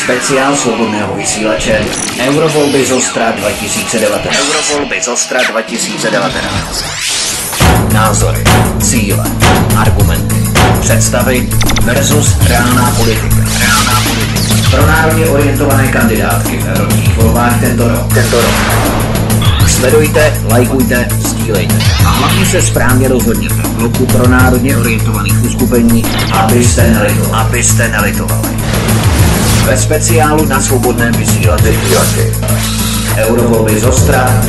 Speciál svobodného vysílače Eurovolby Zostra 2019. Eurovolby Zostra 2019. Názory, cíle, argumenty, představy versus reálná politika. Pro národně orientované kandidátky v evropských volbách tento rok. Sledujte, lajkujte, sdílejte a hlavně se správně rozhodněte v bloku pro národně orientovaných uskupení, abyste nelitovali. Ve speciálu na svobodném vysílači Eurovolby Zostra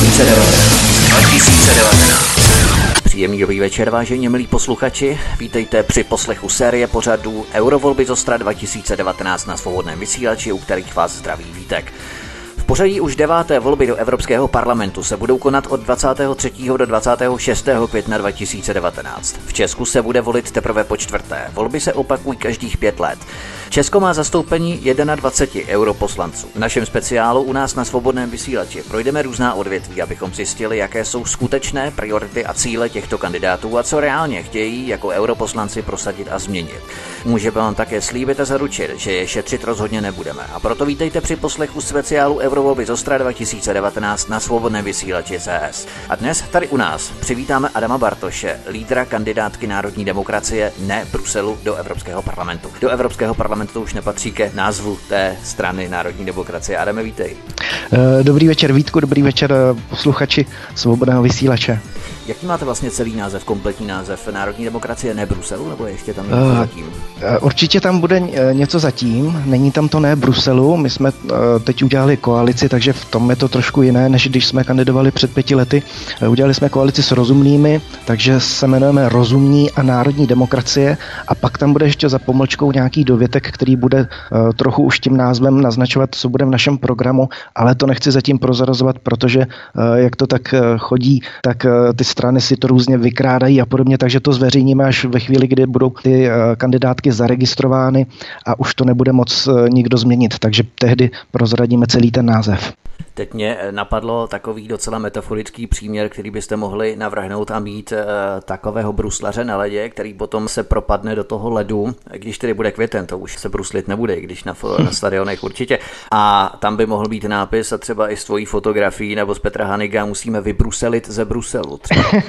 2019. Příjemný dobrý večer, vážení milí posluchači. Vítejte při poslechu série pořadů Eurovolby Zostra 2019 na svobodném vysílači, u kterých vás zdraví Vítek. V pořadí už 9. volby do Evropského parlamentu se budou konat od 23. do 26. května 2019. V Česku se bude volit teprve po čtvrté. Volby se opakují každých 5 let. Česko má zastoupení 21 europoslanců. V našem speciálu u nás na svobodném vysílači projdeme různá odvětví, abychom zjistili, jaké jsou skutečné priority a cíle těchto kandidátů a co reálně chtějí jako europoslanci prosadit a změnit. Můžeme vám také slíbit a zaručit, že je šetřit rozhodně nebudeme. A proto vítejte při poslechu speciálu Eurovolby Zostra 2019 na svobodném vysílači CS. A dnes tady u nás přivítáme Adama Bartoše, lídra kandidátky Národní demokracie ne Bruselu do Evropského parlamentu. Do Evropského parlamentu to už nepatří ke názvu té strany Národní demokracie. Adame, vítej. Dobrý večer, Vítku, dobrý večer posluchači svobodného vysílače. Jaký máte vlastně celý název, kompletní název Národní demokracie ne Bruselu, nebo ještě tam něco zatím? Určitě tam bude něco zatím, není tam to ne Bruselu, my jsme teď udělali koalici, takže v tom je to trošku jiné, než když jsme kandidovali před 5 lety. Udělali jsme koalici s rozumnými, takže se jmenujeme Rozumní a Národní demokracie a pak tam bude ještě za pomlčkou nějaký dovětek, který bude trochu už tím názvem naznačovat, co bude v našem programu, ale to nechci zatím prozrazovat, protože jak to tak chodí, tak ty strany si to různě vykrádají a podobně, takže to zveřejníme až ve chvíli, kdy budou ty kandidátky zaregistrovány a už to nebude moc nikdo změnit, takže tehdy prozradíme celý ten název. Teď mě napadlo takový docela metaforický příměr, který byste mohli navrhnout a mít takového bruslaře na ledě, který potom se propadne do toho ledu, když tedy bude květen, to už se bruslit nebude, když na stadionech určitě. A tam by mohl být nápis a třeba i s tvojí fotografií nebo z Petra Haniga musíme vybruselit ze Bruselu.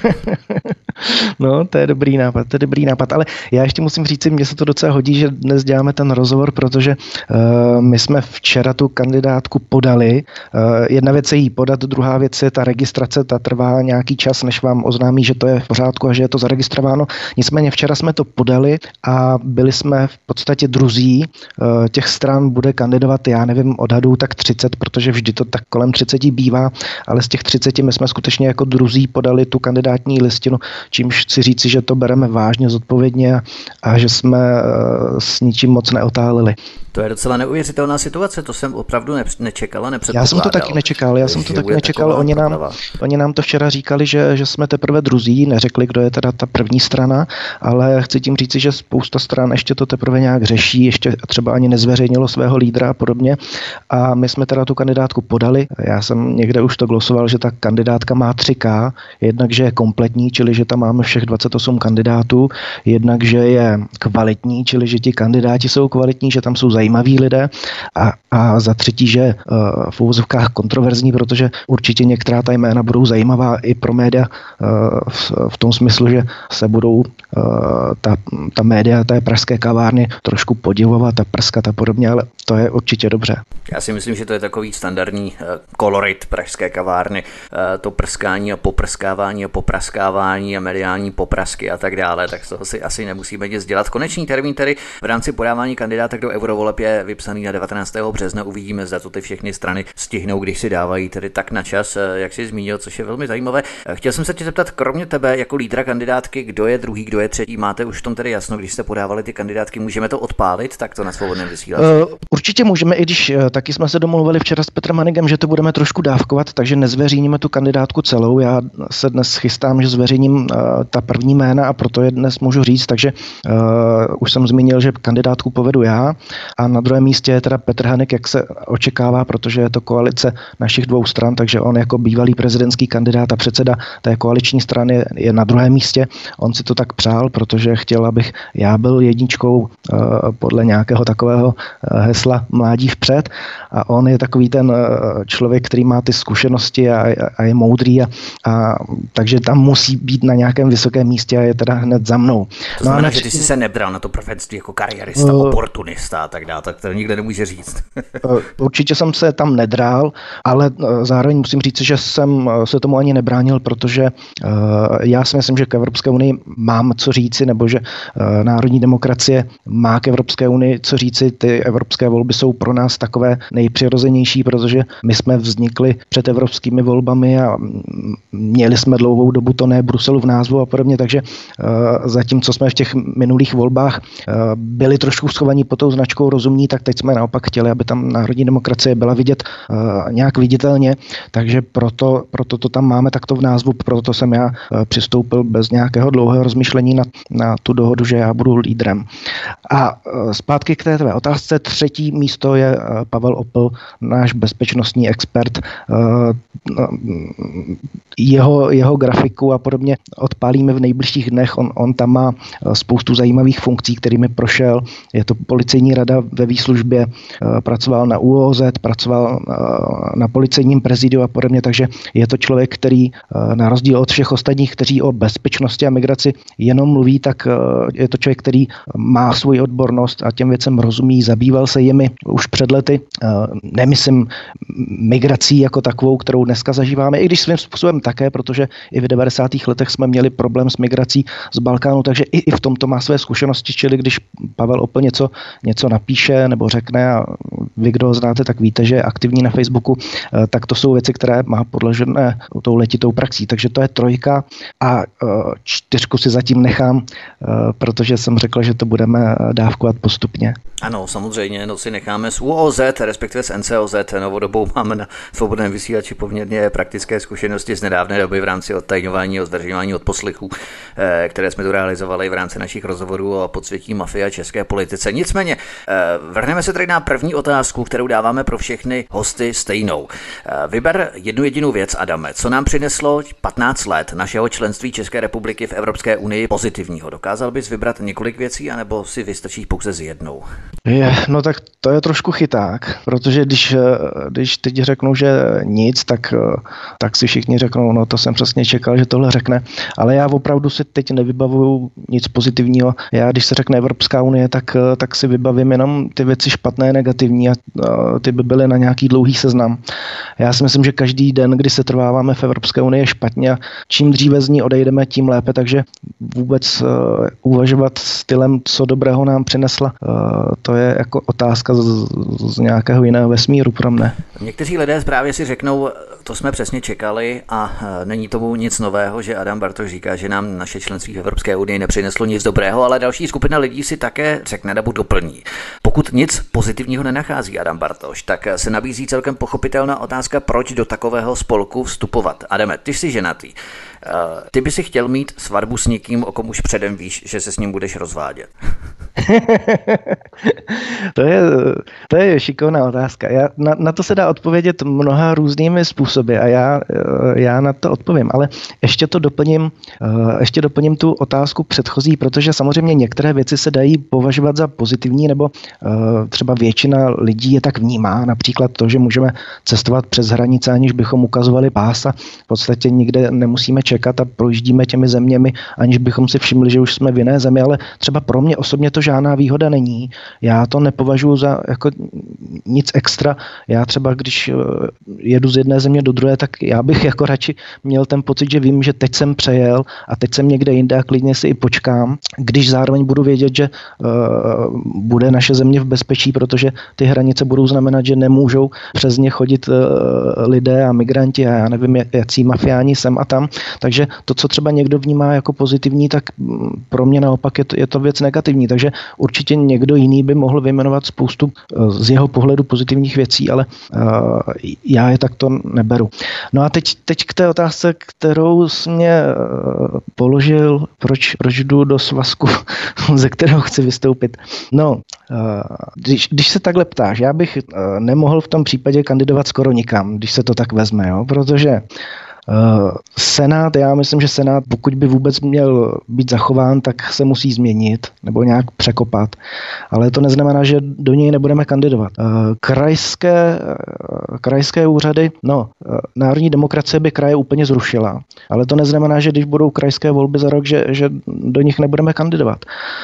No, to je dobrý nápad, ale já ještě musím říct, mně se to docela hodí, že dnes děláme ten rozhovor, protože my jsme včera tu kandidátku podali. Jedna věc je jí podat, druhá věc je ta registrace, ta trvá nějaký čas, než vám oznámí, že to je v pořádku a že je to zaregistrováno. Nicméně včera jsme to podali a byli jsme v podstatě druzí. Těch stran bude kandidovat, já nevím, odhadů tak 30, protože vždy to tak kolem 30 bývá, ale z těch 30 my jsme skutečně jako druzí podali tu kandidátní listinu, čímž chci říci, že to bereme vážně, zodpovědně a že jsme s ničím moc neotáleli. To je docela neuvěřitelná situace, to jsem opravdu nečekal, nepředpokládal. Já jsem to taky nečekal, oni nám to včera říkali, že jsme teprve druzí, neřekli, kdo je teda ta první strana, ale chci tím říci, že spousta stran ještě to teprve nějak řeší, ještě třeba ani nezveřejnilo svého lídra a podobně a my jsme teda tu kandidátku podali, já jsem někde už to glosoval, že ta kandidátka má 3K, jednak, že je kompletní, čili že tam máme všech 28 kandidátů, jednak, že je kvalitní, čili že ti kandidáti jsou kvalitní, že tam jsou zajímaví lidé a za třetí, že v uvozovkách kontroverzní, protože určitě některá ta jména budou zajímavá i pro média v tom smyslu, že se budou ta média té pražské kavárny trošku podivovat a prskat a podobně, ale to je určitě dobře. Já si myslím, že to je takový standardní kolorit pražské kavárny, to prskání a poprskávání a popraskávání a mediální poprasky a tak dále, tak toho si asi nemusíme nic dělat. Konečný termín tedy v rámci podávání kandidátek do eurovoleb je vypsaný na 19. března. Uvidíme, zda to ty všechny strany stihnou, když si dávají tedy tak na čas, jak jsi zmínil, což je velmi zajímavé. Chtěl jsem se tě zeptat, kromě tebe jako lídra kandidátky, kdo je druhý, kdo je třetí? Máte už v tom tedy jasno, když jste podávali ty kandidátky, můžeme to odpálit takto na svobodném vysílači? Určitě můžeme, i když taky jsme se domluvili včera s Petrem Hanigem, že to budeme trošku dávkovat, takže nezveřejníme tu kandidátku celou. Já se dnes chystám, že zveřejním ta první jména a proto je dnes můžu říct, takže už jsem zmínil, že kandidátku povedu já a na druhém místě je teda Petr Hanik, jak se očekává, protože je to koalice našich dvou stran, takže on jako bývalý prezidentský kandidát a předseda té koaliční strany je na druhém místě. On si to tak přál, protože chtěl, abych já byl jedničkou podle nějakého takového hesla nesla mládí vpřed a on je takový ten člověk, který má ty zkušenosti a je moudrý a takže tam musí být na nějakém vysokém místě a je teda hned za mnou. To znamená, že ty jsi se nebral na to prvenství jako kariérista, oportunista a tak dále, tak to nikdo nemůže říct. Určitě jsem se tam nedral, ale zároveň musím říct, že jsem se tomu ani nebránil, protože já si myslím, že k Evropské unii mám co říci, nebo že národní demokracie má k Evropské unii co říci. Ty evropské volby jsou pro nás takové nejpřirozenější, protože my jsme vznikli před evropskými volbami a měli jsme dlouhou dobu to ne Bruselu v názvu a podobně, takže zatímco jsme v těch minulých volbách byli trošku schovaní pod tou značkou rozumní, tak teď jsme naopak chtěli, aby tam národní demokracie byla vidět nějak viditelně, takže proto to tam máme takto v názvu, proto jsem já přistoupil bez nějakého dlouhého rozmyšlení na tu dohodu, že já budu lídrem. A zpátky k té tvé otázce. 3. místo je Pavel Opel, náš bezpečnostní expert. Jeho grafiku a podobně odpálíme v nejbližších dnech. On tam má spoustu zajímavých funkcí, kterými prošel. Je to policejní rada ve výslužbě, pracoval na ÚOZ, pracoval na policejním prezidiu a podobně, takže je to člověk, který na rozdíl od všech ostatních, kteří o bezpečnosti a migraci jenom mluví, tak je to člověk, který má svou odbornost a těm věcem rozumí, zabýval se jimi už před lety. Nemyslím migrací jako takovou, kterou dneska zažíváme, i když svým způsobem také, protože i v 90. letech jsme měli problém s migrací z Balkánu, takže i v tomto má své zkušenosti, čili když Pavel Opel něco napíše nebo řekne a vy, kdo ho znáte, tak víte, že je aktivní na Facebooku, tak to jsou věci, které má podložené tou letitou praxí. Takže to je 3 a 4 si zatím nechám, protože jsem řekl, že to budeme dávkovat postupně. Ano, samozřejmě, si necháme z ÚOZ, respektive z NCOZ. Novodobou máme na Svobodném vysílači poměrně praktické zkušenosti z nedávné doby v rámci odtajňování a zdržování odposlechů, které jsme tu realizovali v rámci našich rozhovorů o podsvětí mafie a české politice. Nicméně, vrhneme se tady na první otázku, kterou dáváme pro všechny hosty stejnou. Vyber jednu jedinou věc, Adame, co nám přineslo 15 let našeho členství České republiky v Evropské unii pozitivního. Dokázal bys vybrat několik věcí, anebo si vystačíš pouze s jednou? No tak to je trošku chyták, protože když teď řeknou, že nic, tak si všichni řeknou, no to jsem přesně čekal, že tohle řekne, ale já opravdu si teď nevybavuju nic pozitivního. Já, když se řekne Evropská unie, tak si vybavím jenom ty věci špatné, negativní a ty by byly na nějaký dlouhý seznam. Já si myslím, že každý den, kdy se trváváme v Evropské unii, je špatně a čím dříve z ní odejdeme, tím lépe, takže vůbec uvažovat stylem, co dobrého nám přinesla, to je jako otázka z nějakého jiného vesmíru pro mne. Někteří lidé právě si řeknou, to jsme přesně čekali a není tomu nic nového, že Adam Bartoš říká, že nám naše členství v Evropské unii nepřineslo nic dobrého, ale další skupina lidí si také řekne nebo doplní. Pokud nic pozitivního nenachází Adam Bartoš, tak se nabízí celkem pochopitelná otázka, proč do takového spolku vstupovat. Adame, ty jsi ženatý. Ty by si chtěl mít svatbu s někým, o kom už předem víš, že se s ním budeš rozvádět. To je šikovná otázka. Na to se dá odpovědět mnoha různými způsoby a já na to odpovím, ale ještě doplním tu otázku předchozí, protože samozřejmě některé věci se dají považovat za pozitivní, nebo třeba většina lidí je tak vnímá, například to, že můžeme cestovat přes hranice, aniž bychom ukazovali pás a v podstatě nikde nemusíme čekat a projíždíme těmi zeměmi, aniž bychom si všimli, že už jsme v jiné zemi, ale třeba pro mě osobně to žádná výhoda není. Já to nepovažuji za jako nic extra. Já třeba, když jedu z jedné země do druhé, tak já bych jako radši měl ten pocit, že vím, že teď jsem přejel a teď jsem někde jinde a klidně si i počkám, když zároveň budu vědět, že bude naše země v bezpečí, protože ty hranice budou znamenat, že nemůžou přes ně chodit lidé a migranti a já nevím, jací mafiáni sem a tam. Takže to, co třeba někdo vnímá jako pozitivní, tak pro mě naopak je to věc negativní. Takže určitě někdo jiný by mohl vyjmenovat spoustu z jeho pohledu pozitivních věcí, ale já je takto neberu. No a teď k té otázce, kterou jsi mě položil, proč jdu do svazku, ze kterého chci vystoupit. No, když se takhle ptáš, já bych nemohl v tom případě kandidovat skoro nikam, když se to tak vezme, jo? Protože Senát, já myslím, že Senát, pokud by vůbec měl být zachován, tak se musí změnit nebo nějak překopat. Ale to neznamená, že do něj nebudeme kandidovat. Krajské úřady, národní demokracie by kraje úplně zrušila. Ale to neznamená, že když budou krajské volby za rok, že do nich nebudeme kandidovat.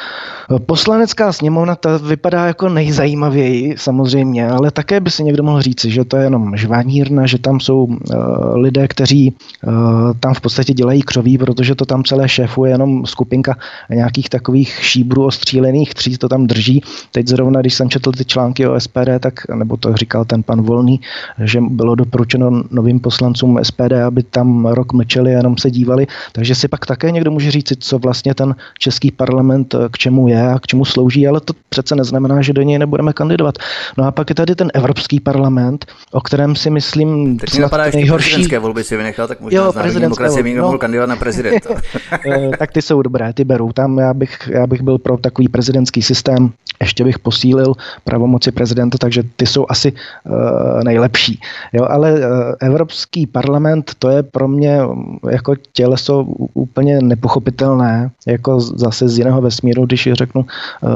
Poslanecká sněmovna, ta vypadá jako nejzajímavěji samozřejmě, ale také by si někdo mohl říci, že to je jenom žvanírna, že tam jsou lidé, kteří tam v podstatě dělají křoví, protože to tam celé šéfuje jenom skupinka nějakých takových šíbrů ostřílených, kteří to tam drží. Teď zrovna, když jsem četl ty články o SPD, tak, nebo to říkal ten pan Volný, že bylo doporučeno novým poslancům SPD, aby tam rok mlčeli a jenom se dívali, takže si pak také někdo může říci, co vlastně ten český parlament k čemu je a k čemu slouží, ale to přece neznamená, že do něj nebudeme kandidovat. No a pak je tady ten Evropský parlament, o kterém si myslím teď mi napadá ještě prezidentské volby si vynechal, tak možná z národní demokracie by mohl kandidovat na prezidenta. Tak ty jsou dobré, ty beru. Tam já bych byl pro takový prezidentský systém, ještě bych posílil pravomoci prezidenta, takže ty jsou asi nejlepší. Jo, ale Evropský parlament, to je pro mě jako těleso úplně nepochopitelné, jako zase z jiného vesmíru, když řeknu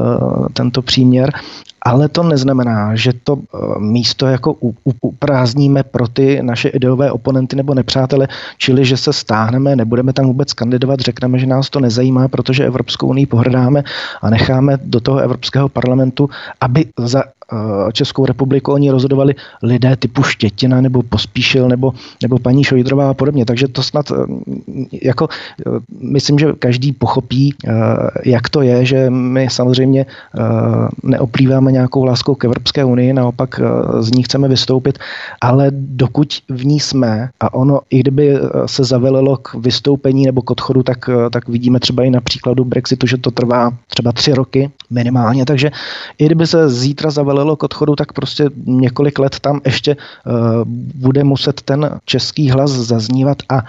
tento příměr. Ale to neznamená, že to místo jako uprázdníme pro ty naše ideové oponenty nebo nepřátele, čili že se stáhneme, nebudeme tam vůbec kandidovat, řekneme, že nás to nezajímá, protože Evropskou unii pohrdáme a necháme do toho Evropského parlamentu, aby za Českou republiku oni rozhodovali lidé typu Štětina nebo Pospíšil nebo paní Šojdrová a podobně. Takže to snad jako myslím, že každý pochopí, jak to je, že my samozřejmě neoplýváme nějakou láskou k Evropské unii, naopak z ní chceme vystoupit, ale dokud v ní jsme a ono, i kdyby se zavelilo k vystoupení nebo k odchodu, tak vidíme třeba i na příkladu Brexitu, že to trvá třeba 3 roky minimálně, takže i kdyby se zítra zavelilo k odchodu, tak prostě několik let tam ještě bude muset ten český hlas zaznívat a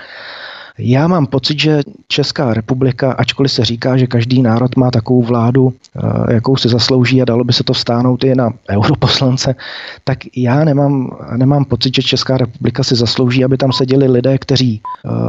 já mám pocit, že Česká republika, ačkoliv se říká, že každý národ má takovou vládu, jakou si zaslouží a dalo by se to vztáhnout i na europoslance, tak já nemám pocit, že Česká republika si zaslouží, aby tam seděli lidé, kteří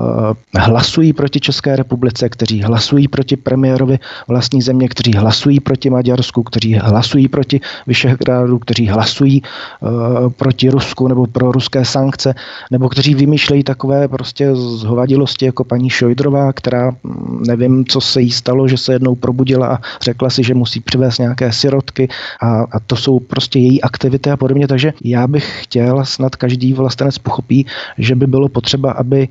hlasují proti České republice, kteří hlasují proti premiérovi vlastní země, kteří hlasují proti Maďarsku, kteří hlasují proti Vyšehrádu, kteří hlasují proti Rusku nebo pro ruské sankce, nebo kteří vymýšlejí takové prostě zhovadilosti jako paní Šojdrová, která nevím, co se jí stalo, že se jednou probudila a řekla si, že musí přivést nějaké sirotky a to jsou prostě její aktivity a podobně, takže já bych chtěl, snad každý vlastenec pochopí, že by bylo potřeba, aby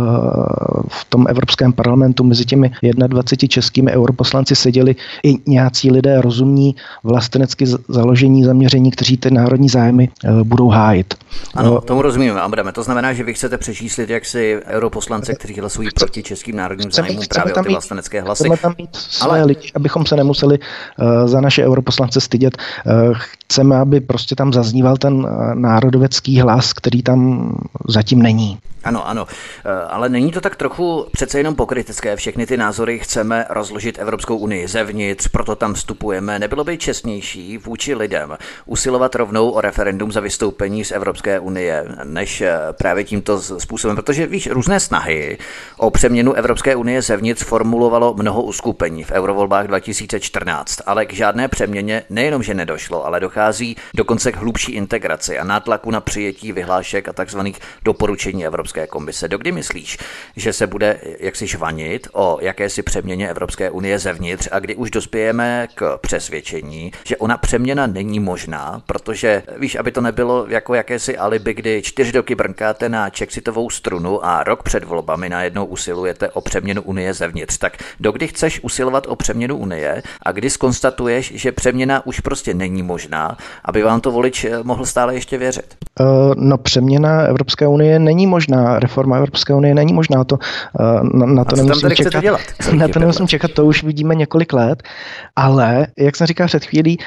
v tom Evropském parlamentu mezi těmi 21 českými europoslanci seděli i nějací lidé rozumní, vlastenecky založení, zaměření, kteří ty národní zájmy budou hájit. Ano, tomu rozumíme, Abrame. To znamená, že vy chcete přečíslit jaksi europoslance, kteří hlasují proti českým národním zájmům právě o ty vlastenecké hlasy. Chceme tam mít své lidi, abychom se nemuseli za naše europoslance stydět. Chceme, aby prostě tam zazníval ten národovecký hlas, který tam zatím není. Ano, ale není to tak trochu přece jenom pokrytecké, všechny ty názory chceme rozložit Evropskou unii zevnitř, proto tam vstupujeme. Nebylo by čestnější vůči lidem usilovat rovnou o referendum za vystoupení z Evropské unie, než právě tímto způsobem, protože víš, různé snahy o přeměnu Evropské unie zevnitř formulovalo mnoho uskupení v eurovolbách 2014, ale k žádné přeměně nejenom, že nedošlo, ale dochází dokonce k hlubší integraci a nátlaku na přijetí vyhlášek a takzvaných doporučení Evropské komise. Dokdy myslíš, že se bude jaksi žvanit o jakési přeměně Evropské unie zevnitř a kdy už dospějeme k přesvědčení, že ona přeměna není možná, protože víš, aby to nebylo jako jakési alibi, kdy 4 roky brnkáte na Chexitovou strunu a rok před volbami najednou usilujete o přeměnu unie zevnitř. Tak dokdy chceš usilovat o přeměnu unie a kdy zkonstatuješ, že přeměna už prostě není možná, aby vám to volič mohl stále ještě věřit? No, přeměna Evropské unie není možná, reforma Evropské unie není možná, to na to nemusím čekat. Na to nemusím čekat, to už vidíme několik let, ale jak jsem říkal před chvílí,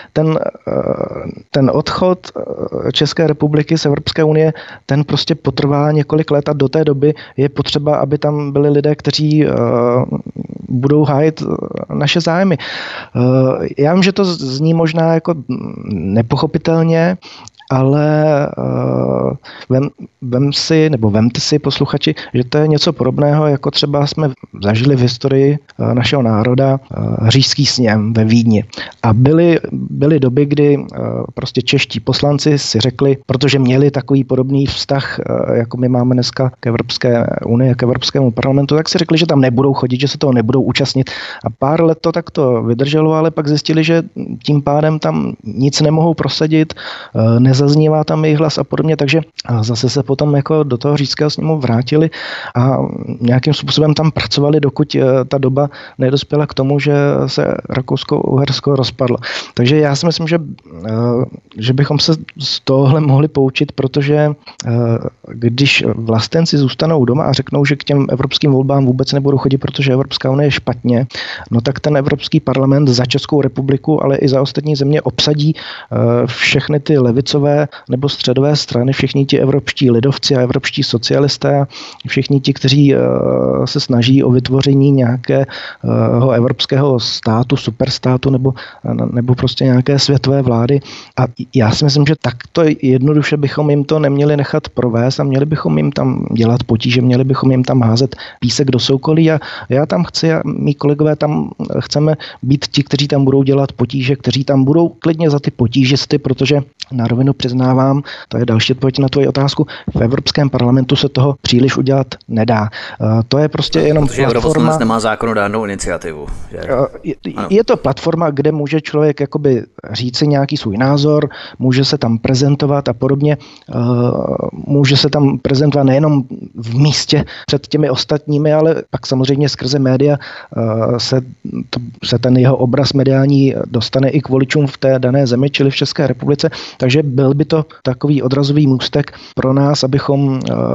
ten odchod České republiky z Evropské unie, ten prostě potrvá několik let a do té doby je potřeba, aby tam byli lidé, kteří budou hájit naše zájmy. Já vím, že to zní možná jako nepochopitelně, ale vemte si, posluchači, že to je něco podobného, jako třeba jsme zažili v historii našeho národa Říšský sněm ve Vídni. A byly doby, kdy prostě čeští poslanci si řekli, protože měli takový podobný vztah, jako my máme dneska k Evropské unii, k Evropskému parlamentu, tak si řekli, že tam nebudou chodit, že se toho nebudou účastnit. A pár let to takto vydrželo, ale pak zjistili, že tím pádem tam nic nemohou prosadit, nezaznívá tam jejich hlas a podobně, takže zase se potom jako do toho Říšského sněmu vrátili a nějakým způsobem tam pracovali, dokud ta doba nedospěla k tomu, že se Rakousko-Uhersko rozpadlo. Takže já si myslím, že bychom se z tohohle mohli poučit, protože když vlastenci zůstanou doma a řeknou, že k těm evropským volbám vůbec nebudou chodit, protože Evropská unie je špatně, no tak ten Evropský parlament za Českou republiku, ale i za ostatní země obsadí všechny ty levicové nebo středové strany, všichni ti evropští lidovci a evropští socialisté a všichni ti, kteří se snaží o vytvoření nějakého evropského státu, superstátu nebo prostě nějaké světové vlády. A já si myslím, že takto jednoduše bychom jim to neměli nechat provést a měli bychom jim tam dělat potíže, měli bychom jim tam házet písek do soukolí a já tam chci a mý kolegové tam chceme být ti, kteří tam budou dělat potíže, kteří tam budou klidně za ty potížisty, protože na rovinu přiznávám, to je další odpověď na tvoji otázku, v Evropském parlamentu se toho příliš udělat nedá. To je prostě jenom protože platforma. Nemá zákonodárnou iniciativu. Je to platforma, kde může člověk jakoby říci nějaký svůj názor, může se tam prezentovat a podobně. Může se tam prezentovat nejenom v místě před těmi ostatními, ale pak samozřejmě skrze média se ten jeho obraz mediální dostane i k voličům v té dané zemi, čili v České republice. Takže byl by to takový odrazový můstek pro nás, abychom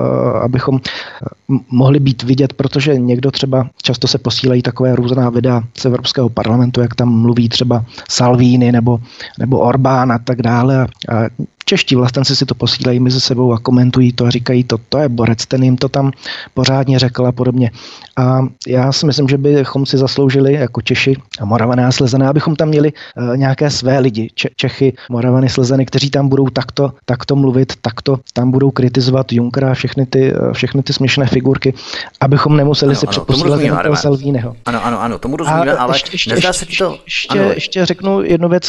mohli být vidět, protože někdo třeba, často se posílají takové různá videa z Evropského parlamentu, jak tam mluví třeba Salvini nebo Orbán a tak dále. A čeští vlastenci si to posílají mezi sebou a komentují to a říkají to je borec, ten jim to tam pořádně řekl a podobně. A já si myslím, že bychom si zasloužili jako Češi a Moravané a Slezané, abychom tam měli nějaké své lidi, Čechy, Moravany, Slezany, kteří tam budou takto mluvit, takto tam budou kritizovat Junckera a všechny ty směšné figurky, abychom nemuseli si přeposílat jenom toho Salviniho. Ano, tomu rozumíme, ale nezdá se to... Ještě řeknu jednu věc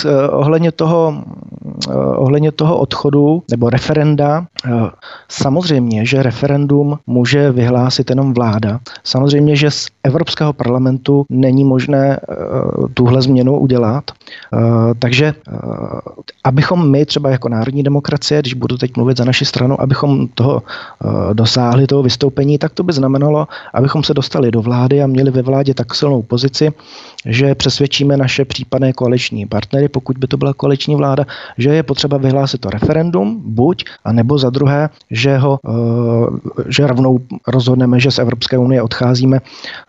ohledně toho odchodu nebo referenda. Samozřejmě, že referendum může vyhlásit jenom vláda. Samozřejmě, že z Evropského parlamentu není možné tuhle změnu udělat. Takže abychom my třeba jako národní demokracie, když budu teď mluvit za naši stranu, abychom toho dosáhli, toho vystoupení, tak to by znamenalo, abychom se dostali do vlády a měli ve vládě tak silnou pozici, že přesvědčíme naše případné koaliční partnery, pokud by to byla koaliční vláda, že je potřeba vyhlásit to referendum, buď, a nebo za druhé, že rovnou rozhodneme, že z Evropské unie odcházíme,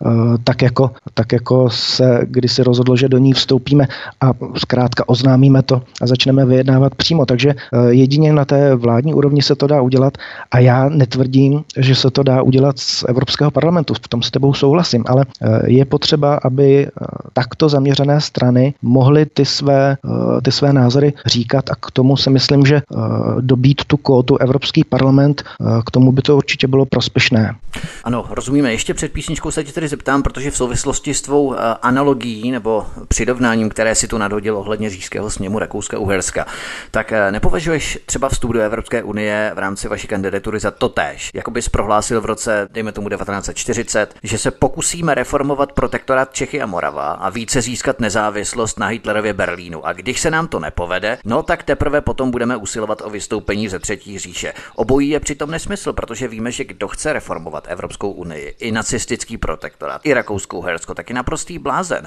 tak jako se kdysi rozhodlo, že do ní vstoupíme a zkrátka oznámíme to a začneme vyjednávat přímo. Takže jedině na té vládní úrovni se to dá udělat a já netvrdím, že se to dá udělat z Evropského parlamentu. V tom s tebou souhlasím, ale je potřeba, aby takto zaměřené strany mohly ty své názory říkat a k tomu si myslím, že dobít tu kvótu Evropský parlament, k tomu by to určitě bylo prospěšné. Ano, rozumíme. Ještě před písničkou se tě tedy zeptám, protože v souvislosti s tvou analogií nebo přirovnáním, které si tu nadhodil ohledně Říšského sněmu Rakouska-Uherska, tak nepovažuješ třeba vstup do Evropské unie v rámci vaší kandidatury za totéž? Jako bys prohlásil v roce, dejme tomu 1940, že se pokusíme reformovat protektorát Čechy a Morava a více získat nezávislost na Hitlerově Berlínu. A když se nám to nepovede, no tak teprve potom budeme usilovat o vystoupení ze Třetí říše. Obojí je přitom nesmysl, protože víme, že kdo chce reformovat Evropskou unii, i nacistický protektorát, i Rakousko-Uhersko, taky naprostý blázen.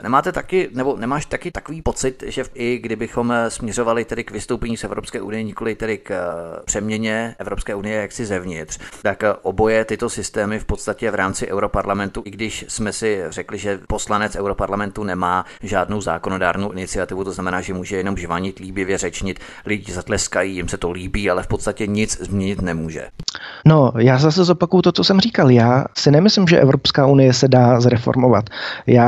Nemáš taky takový pocit, že i kdybychom směřovali tedy k vystoupení z Evropské unie, nikoli tedy k přeměně Evropské unie jaksi zevnitř, tak oboje tyto systémy v podstatě v rámci Europarlamentu, i když jsme si řekli, že poslanec Europarlamentu nemá žádnou zákonodárnou iniciativu, to znamená, že může jenom žvanit, líbivě řečnit, lidi zatleskají, jim se to líbí, ale v podstatě nic změnit nemůže. No, já zase zopakuju to, co jsem říkal. Já si nemyslím, že Evropská unie unie se dá zreformovat. Já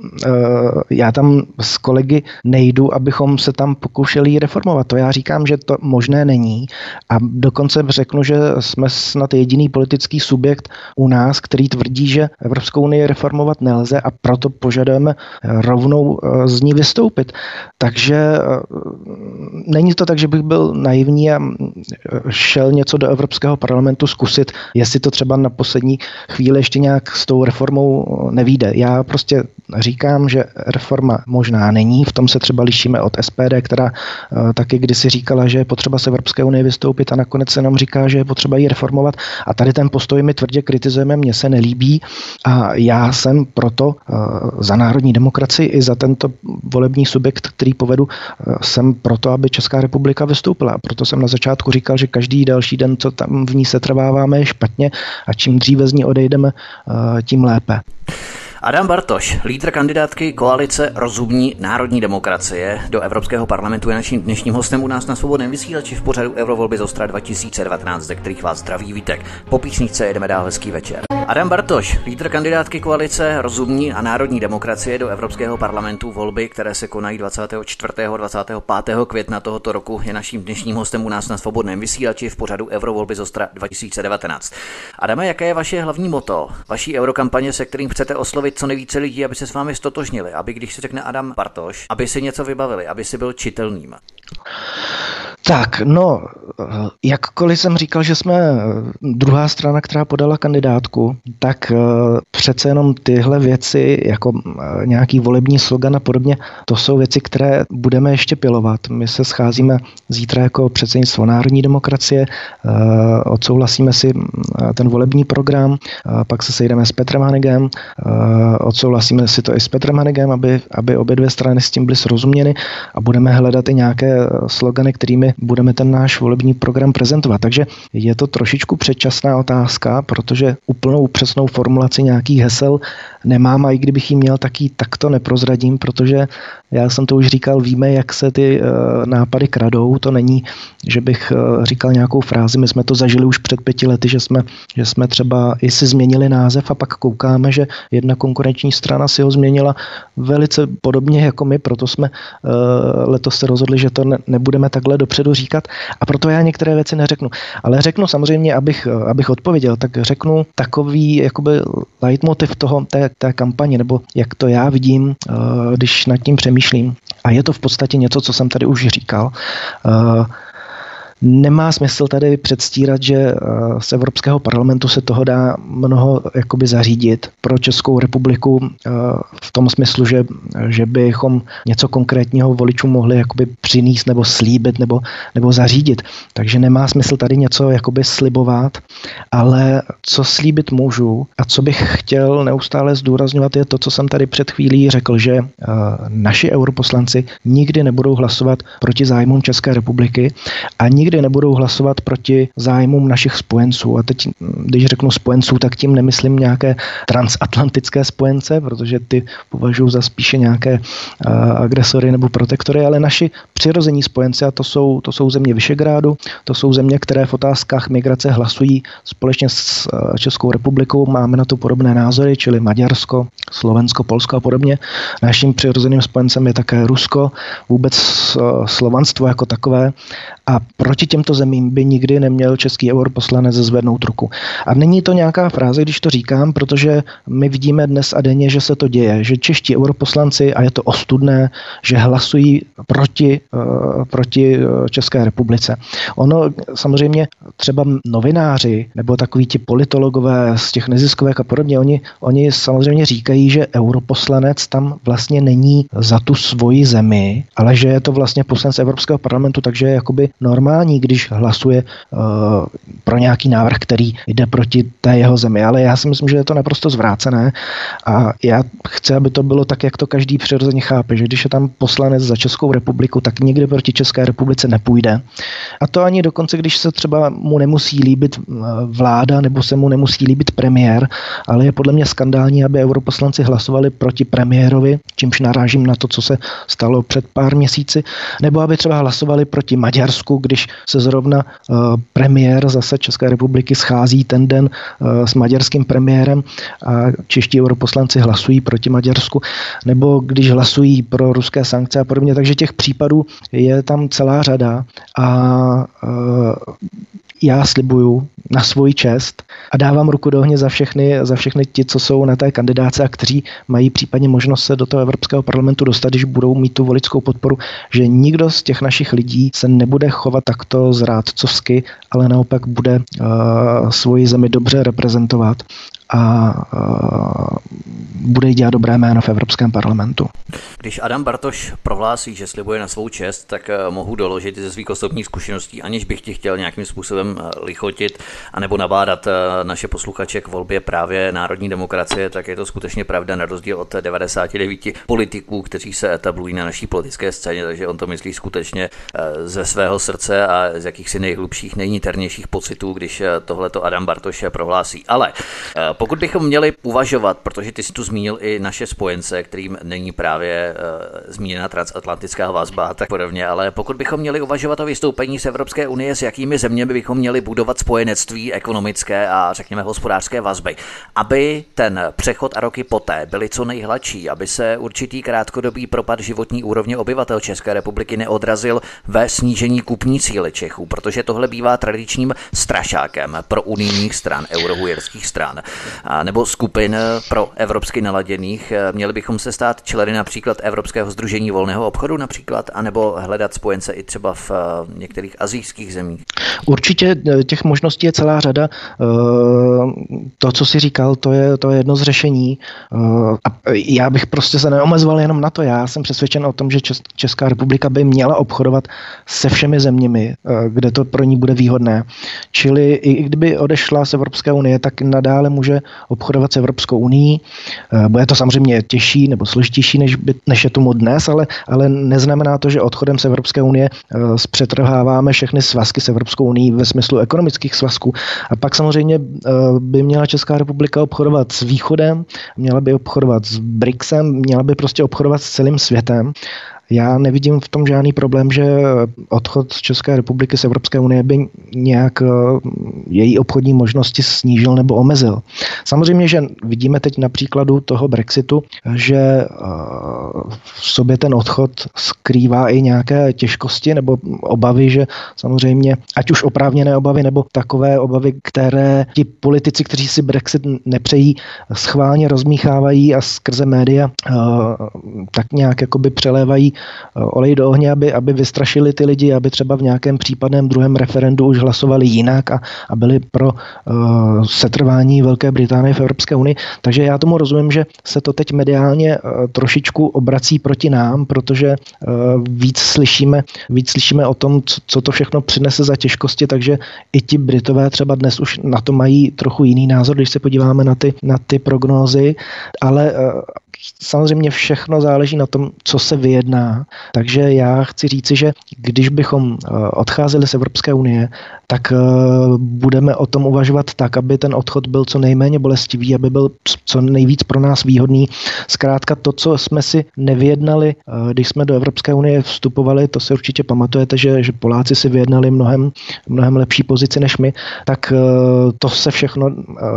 tam s kolegy nejdu, abychom se tam pokoušeli reformovat. To já říkám, že to možné není. A dokonce řeknu, že jsme snad jediný politický subjekt u nás, který tvrdí, že Evropskou unii reformovat nelze a proto požadujeme rovnou z ní vystoupit. Takže není to tak, že bych byl naivní a šel něco do Evropského parlamentu zkusit, jestli to třeba na poslední chvíli ještě nějak s tou reformou nevyjde. Já prostě říkám, že reforma možná není, v tom se třeba lišíme od SPD, která taky kdysi říkala, že je potřeba z Evropské unie vystoupit a nakonec se nám říká, že je potřeba ji reformovat a tady ten postoj my tvrdě kritizujeme, mně se nelíbí a já jsem proto za národní demokracii i za tento volební subjekt, který povedu, jsem proto, aby Česká republika vystoupila. A proto jsem na začátku říkal, že každý další den, co tam v ní setrváváme, je špatně a čím dříve z ní odejdeme, tím lépe. Adam Bartoš, lídr kandidátky koalice Rozumní národní demokracie do Evropského parlamentu, je naším dnešním hostem u nás na Svobodném vysílači v pořadu Eurovolby z Ostra 2019, ze kterých vás zdraví Vítek. Po písničce jedeme dál, hezký večer. Adam Bartoš, lídr kandidátky koalice Rozumní a národní demokracie do Evropského parlamentu, volby, které se konají 24. a 25. května tohoto roku, je naším dnešním hostem u nás na Svobodném vysílači v pořadu Eurovolby z Ostra 2019. Adame, jaké je vaše hlavní motto vaší eurokampaně, se kterým chcete oslovit co nejvíce lidí, aby se s vámi stotožnili, aby když se řekne Adam Bartoš, aby si něco vybavili, aby si byl čitelným? Tak, no, jakkoliv jsem říkal, že jsme druhá strana, která podala kandidátku, tak přece jenom tyhle věci, jako nějaký volební slogan a podobně, to jsou věci, které budeme ještě pilovat. My se scházíme zítra jako předsednictvo národní demokracie, odsouhlasíme si ten volební program, pak se sejdeme s Petrem Hanegem, odsouhlasíme si to i s Petrem Hanegem, aby obě dvě strany s tím byly srozuměny a budeme hledat i nějaké slogany, kterými budeme ten náš volební program prezentovat. Takže je to trošičku předčasná otázka, protože úplnou přesnou formulaci nějakých hesel nemám a i kdybych ji měl, tak ji takto neprozradím, protože já jsem to už říkal, víme, jak se ty nápady kradou. To není, že bych říkal nějakou frázi. My jsme to zažili už před 5 lety, že jsme třeba i si změnili název a pak koukáme, že jedna konkurenční strana si ho změnila velice podobně jako my, proto jsme letos se rozhodli, že to nebudeme takhle dopředu říkat a proto já některé věci neřeknu. Ale řeknu samozřejmě, abych odpověděl, tak řeknu takový jakoby leitmotiv té kampaně, nebo jak to já vidím, když nad tím přemýšlím. A je to v podstatě něco, co jsem tady už říkal. Nemá smysl tady předstírat, že z Evropského parlamentu se toho dá mnoho jakoby zařídit pro Českou republiku v tom smyslu, že bychom něco konkrétního voličům mohli jakoby přinést nebo slíbit nebo zařídit. Takže nemá smysl tady něco jakoby slibovat, ale co slíbit můžu a co bych chtěl neustále zdůrazňovat je to, co jsem tady před chvílí řekl, že naši europoslanci nikdy nebudou hlasovat proti zájmům České republiky a nikdy nebudou hlasovat proti zájmům našich spojenců. A teď, když řeknu spojenců, tak tím nemyslím nějaké transatlantické spojence, protože ty považuji za spíše nějaké agresory nebo protektory, ale naši přirození spojenci, a to jsou země Visegrádu, to jsou země, které v otázkách migrace hlasují společně s Českou republikou. Máme na to podobné názory, čili Maďarsko, Slovensko, Polsko a podobně. Naším přirozeným spojencem je také Rusko, vůbec slovanstvo jako takové. A proti těmto zemím by nikdy neměl český europoslanec zvednout ruku. A není to nějaká fráze, když to říkám, protože my vidíme dnes a denně, že se to děje, že čeští europoslanci, a je to ostudné, že hlasují proti České republice. Ono samozřejmě třeba novináři nebo takoví ti politologové z těch neziskovek a podobně, oni samozřejmě říkají, že europoslanec tam vlastně není za tu svoji zemi, ale že je to vlastně poslanec Evropského parlamentu, takže je jakoby normální, když hlasuje pro nějaký návrh, který jde proti té jeho zemi. Ale já si myslím, že je to naprosto zvrácené a já chci, aby to bylo tak, jak to každý přirozeně chápe, že když je tam poslanec za Českou republiku, tak nikdy proti České republice nepůjde. A to ani dokonce, když se třeba mu nemusí líbit vláda nebo se mu nemusí líbit premiér, ale je podle mě skandální, aby europoslanci hlasovali proti premiérovi, čímž narážím na to, co se stalo před pár měsíci, nebo aby třeba hlasovali proti Maďarsku, Maďarsku, když se zrovna premiér zase České republiky schází ten den s maďarským premiérem a čeští europoslanci hlasují proti Maďarsku, nebo když hlasují pro ruské sankce a podobně. Takže těch případů je tam celá řada a já slibuju na svůj čest a dávám ruku do ohně za všechny ti, co jsou na té kandidáce a kteří mají případně možnost se do toho Evropského parlamentu dostat, když budou mít tu voličskou podporu, že nikdo z těch našich lidí se nebude chovat takto zrádcovsky, ale naopak bude svoji zemi dobře reprezentovat a bude dělat dobré jméno v Evropském parlamentu. Když Adam Bartoš prohlásí, že slibuje na svou čest, tak mohu doložit ze svých osobních zkušeností, aniž bych ti chtěl nějakým způsobem lichotit anebo nabádat naše posluchače k volbě právě národní demokracie, tak je to skutečně pravda na rozdíl od 99 politiků, kteří se etablují na naší politické scéně, takže on to myslí skutečně ze svého srdce a z jakýchsi nejhlubších, nejniternějších pocitů, když tohleto Adam Bartoš prohlásí. Ale pokud bychom měli uvažovat, protože ty jsi tu zmínil i naše spojence, kterým není právě zmíněna transatlantická vazba a tak podobně, ale pokud bychom měli uvažovat o vystoupení z Evropské unie, s jakými zeměmi bychom měli budovat spojenectví ekonomické a řekněme hospodářské vazby, aby ten přechod a roky poté byly co nejhladší, aby se určitý krátkodobý propad životní úrovně obyvatel České republiky neodrazil ve snížení kupní síly Čechů, protože tohle bývá tradičním strašákem pro unijních stran, eurohujerských stran nebo skupin pro evropsky naladěných. Měli bychom se stát členy například Evropského sdružení volného obchodu například, anebo hledat spojence i třeba v některých asijských zemích? Určitě těch možností je celá řada. To, co jsi říkal, to je jedno z řešení. A já bych prostě se neomezoval jenom na to. Já jsem přesvědčen o tom, že Česká republika by měla obchodovat se všemi zeměmi, kde to pro ní bude výhodné. Čili i kdyby odešla z Evropské unie, tak nadále může obchodovat s Evropskou unií. Bude to samozřejmě těžší nebo složitější, než je tomu dnes, ale neznamená to, že odchodem z Evropské unie zpřetrháváme všechny svazky s Evropskou unií ve smyslu ekonomických svazků. A pak samozřejmě by měla Česká republika obchodovat s Východem, měla by obchodovat s BRICSem, měla by prostě obchodovat s celým světem. Já nevidím v tom žádný problém, že odchod z České republiky z Evropské unie by nějak její obchodní možnosti snížil nebo omezil. Samozřejmě, že vidíme teď na příkladu toho Brexitu, že v sobě ten odchod skrývá i nějaké těžkosti nebo obavy, že samozřejmě, ať už oprávněné obavy nebo takové obavy, které ti politici, kteří si Brexit nepřejí, schválně rozmíchávají a skrze média tak nějak jakoby přelévají olej do ohně, aby vystrašili ty lidi, aby třeba v nějakém případném druhém referendu už hlasovali jinak a byli pro setrvání Velké Británie v Evropské unii. Takže já tomu rozumím, že se to teď mediálně trošičku obrací proti nám, protože víc slyšíme o tom, co to všechno přinese za těžkosti, takže i ti Britové třeba dnes už na to mají trochu jiný názor, když se podíváme na ty prognózy, ale samozřejmě všechno záleží na tom, co se vyjedná. Takže já chci říci, že když bychom odcházeli z Evropské unie, tak budeme o tom uvažovat tak, aby ten odchod byl co nejméně bolestivý, aby byl co nejvíc pro nás výhodný. Zkrátka to, co jsme si nevyjednali, když jsme do Evropské unie vstupovali, to si určitě pamatujete, že Poláci si vyjednali mnohem lepší pozici než my, tak to se všechno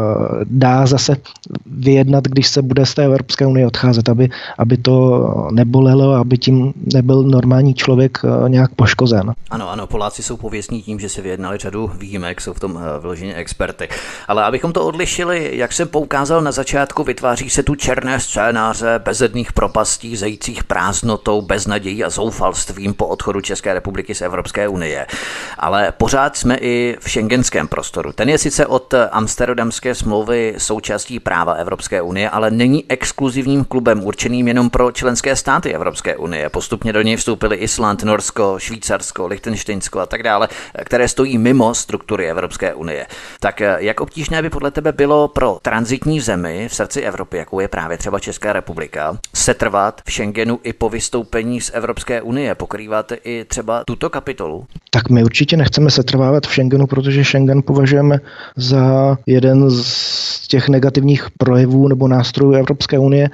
dá zase vyjednat, když se bude z té Evropské unie odcházet, aby to nebolelo, aby tím nebyl normální člověk nějak poškozen. Ano, Poláci jsou pověstní tím, že si vyjednali řadu výjimek, jsou v tom vyloženě experty. Ale abychom to odlišili, jak jsem poukázal na začátku, vytváří se tu černé scénáře bezedných propastí, zejících prázdnotou, beznadějí a zoufalstvím po odchodu České republiky z Evropské unie. Ale pořád jsme i v schengenském prostoru. Ten je sice od Amsterdamské smlouvy součástí práva Evropské unie, ale není exkluzivním klubem určeným jenom pro členské státy Evropské unie. Postupně do něj vstoupily Island, Norsko, Švýcarsko, Lichtenštejnsko a tak dále, které stojí mimo struktury Evropské unie. Tak jak obtížné by podle tebe bylo pro tranzitní zemi v srdci Evropy, jakou je právě třeba Česká republika, setrvat v Schengenu i po vystoupení z Evropské unie? Pokrýváte i třeba tuto kapitolu? Tak my určitě nechceme setrvávat v Schengenu, protože Schengen považujeme za jeden z těch negativních projevů nebo nástrojů Evropské unie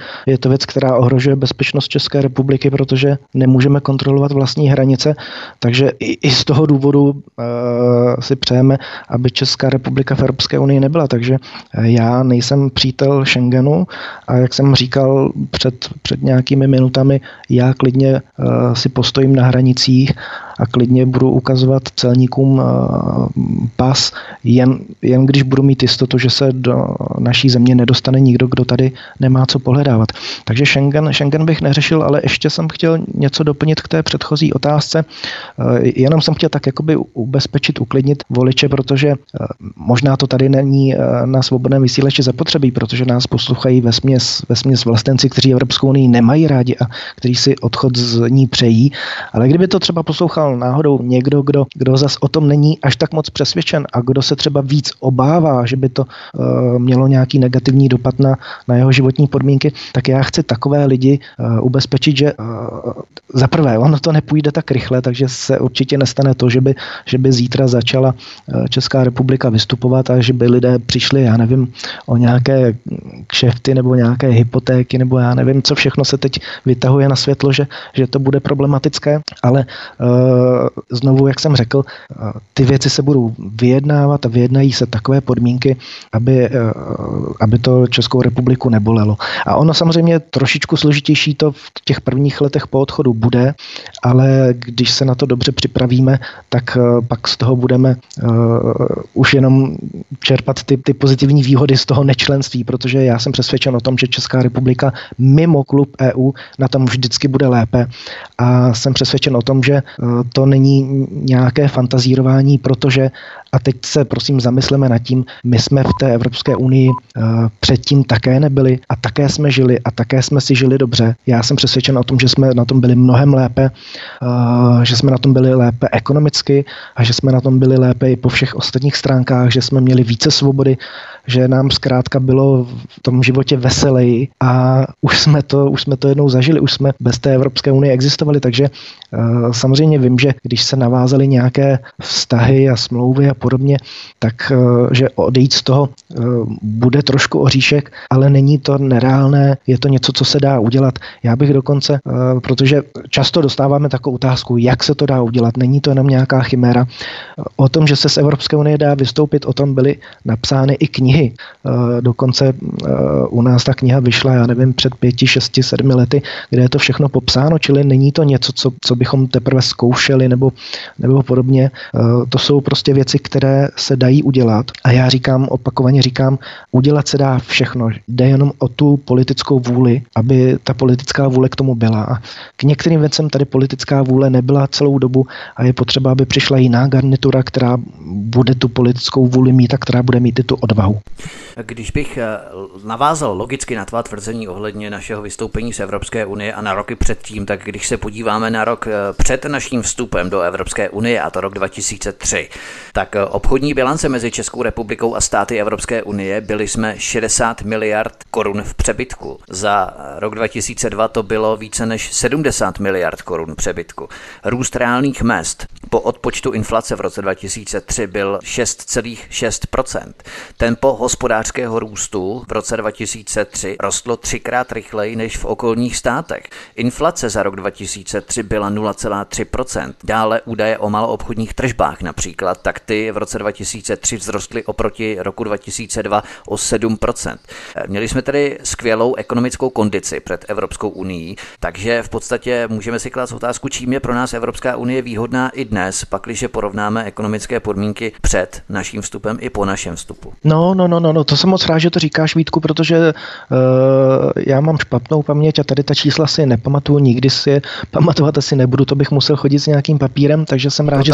je to věc, která ohrožuje bezpečnost České republiky, protože nemůžeme kontrolovat vlastní hranice, takže i z toho důvodu si přejeme, aby Česká republika v Evropské unii nebyla. Takže já nejsem přítel Schengenu a jak jsem říkal před nějakými minutami, já klidně si postojím na hranicích a klidně budu ukazovat celníkům pas, jen když budu mít jistotu, že se do naší země nedostane nikdo, kdo tady nemá co pohledávat. Takže Schengen bych neřešil, ale ještě jsem chtěl něco doplnit k té předchozí otázce. Jenom jsem chtěl tak jakoby ubezpečit, uklidnit voliče, protože možná to tady není na svobodném vysílači zapotřebí, protože nás poslouchají vesměs vlastenci, kteří Evropskou unii nemají rádi a kteří si odchod z ní přejí. Ale kdyby to třeba poslouchal náhodou někdo, kdo zas o tom není až tak moc přesvědčen a kdo se třeba víc obává, že by to mělo nějaký negativní dopad na jeho životní podmínky, tak já chci takové lidi ubezpečit, že za prvé, ono to nepůjde tak rychle, takže se určitě nestane to, že by zítra začala Česká republika vystupovat a že by lidé přišli, já nevím, o nějaké kšefty nebo nějaké hypotéky nebo já nevím, co všechno se teď vytahuje na světlo, že to bude problematické, ale znovu, jak jsem řekl, ty věci se budou vyjednávat a vyjednají se takové podmínky, aby to Českou republiku nebolelo. A ono samozřejmě trošičku složitější to v těch prvních letech po odchodu bude, ale když se na to dobře připravíme, tak pak z toho budeme už jenom čerpat ty pozitivní výhody z toho nečlenství, protože já jsem přesvědčen o tom, že Česká republika mimo klub EU na tom vždycky bude lépe a jsem přesvědčen o tom, že to není nějaké fantazírování, protože, a teď se prosím zamysleme nad tím, my jsme v té Evropské unii předtím také nebyli a také jsme žili a také jsme si žili dobře. Já jsem přesvědčen o tom, že jsme na tom byli mnohem lépe, že jsme na tom byli lépe ekonomicky a že jsme na tom byli lépe i po všech ostatních stránkách, že jsme měli více svobody, že nám zkrátka bylo v tom životě veseleji a už jsme to jednou zažili, už jsme bez té Evropské unie existovali, takže samozřejmě vím, že když se navázaly nějaké vztahy a smlouvy a podobně, tak že odejít z toho bude trošku oříšek, ale není to nereálné, je to něco, co se dá udělat. Já bych dokonce, protože často dostáváme takovou otázku, jak se to dá udělat, není to jenom nějaká chiméra. O tom, že se z Evropské unie dá vystoupit, o tom byly napsány i knihy. Dokonce u nás ta kniha vyšla, já nevím, před 5, 6, 7 lety, kde je to všechno popsáno, čili není to něco, co bychom teprve zkoušeli nebo podobně. To jsou prostě věci, které se dají udělat a já opakovaně říkám, udělat se dá všechno. Jde jenom o tu politickou vůli, aby ta politická vůle k tomu byla. A k některým věcem tady politická vůle nebyla celou dobu a je potřeba, aby přišla jiná garnitura, která bude tu politickou vůli mít a která bude mít i tu odvahu. Když bych navázal logicky na tvá tvrzení ohledně našeho vystoupení z Evropské unie a na roky předtím, tak když se podíváme na rok před naším vstupem do Evropské unie, a to rok 2003, tak obchodní bilance mezi Českou republikou a státy Evropské unie byli jsme 60 miliard korun v přebytku. Za rok 2002 to bylo více než 70 miliard korun přebytku. Růst reálných mezd po odpočtu inflace v roce 2003 byl 6,6%. Tempo hospodářského růstu v roce 2003 rostlo 3krát rychleji než v okolních státech. Inflace za rok 2003 byla 0,3%. Dále údaje o maloobchodních tržbách například, tak ty v roce 2003 vzrostly oproti roku 2002 o 7%. Měli jsme tedy skvělou ekonomickou kondici před Evropskou unií, takže v podstatě můžeme si klást otázku, čím je pro nás Evropská unie výhodná i dnes, pakliže porovnáme ekonomické podmínky před naším vstupem i po našem vstupu. No, to jsem moc rád, že to říkáš, Vítku, protože já mám špatnou paměť a tady ta čísla si nepamatuju, nikdy si je pamatovat asi nebudu, to bych musel chodit s nějakým papírem, takže jsem rád,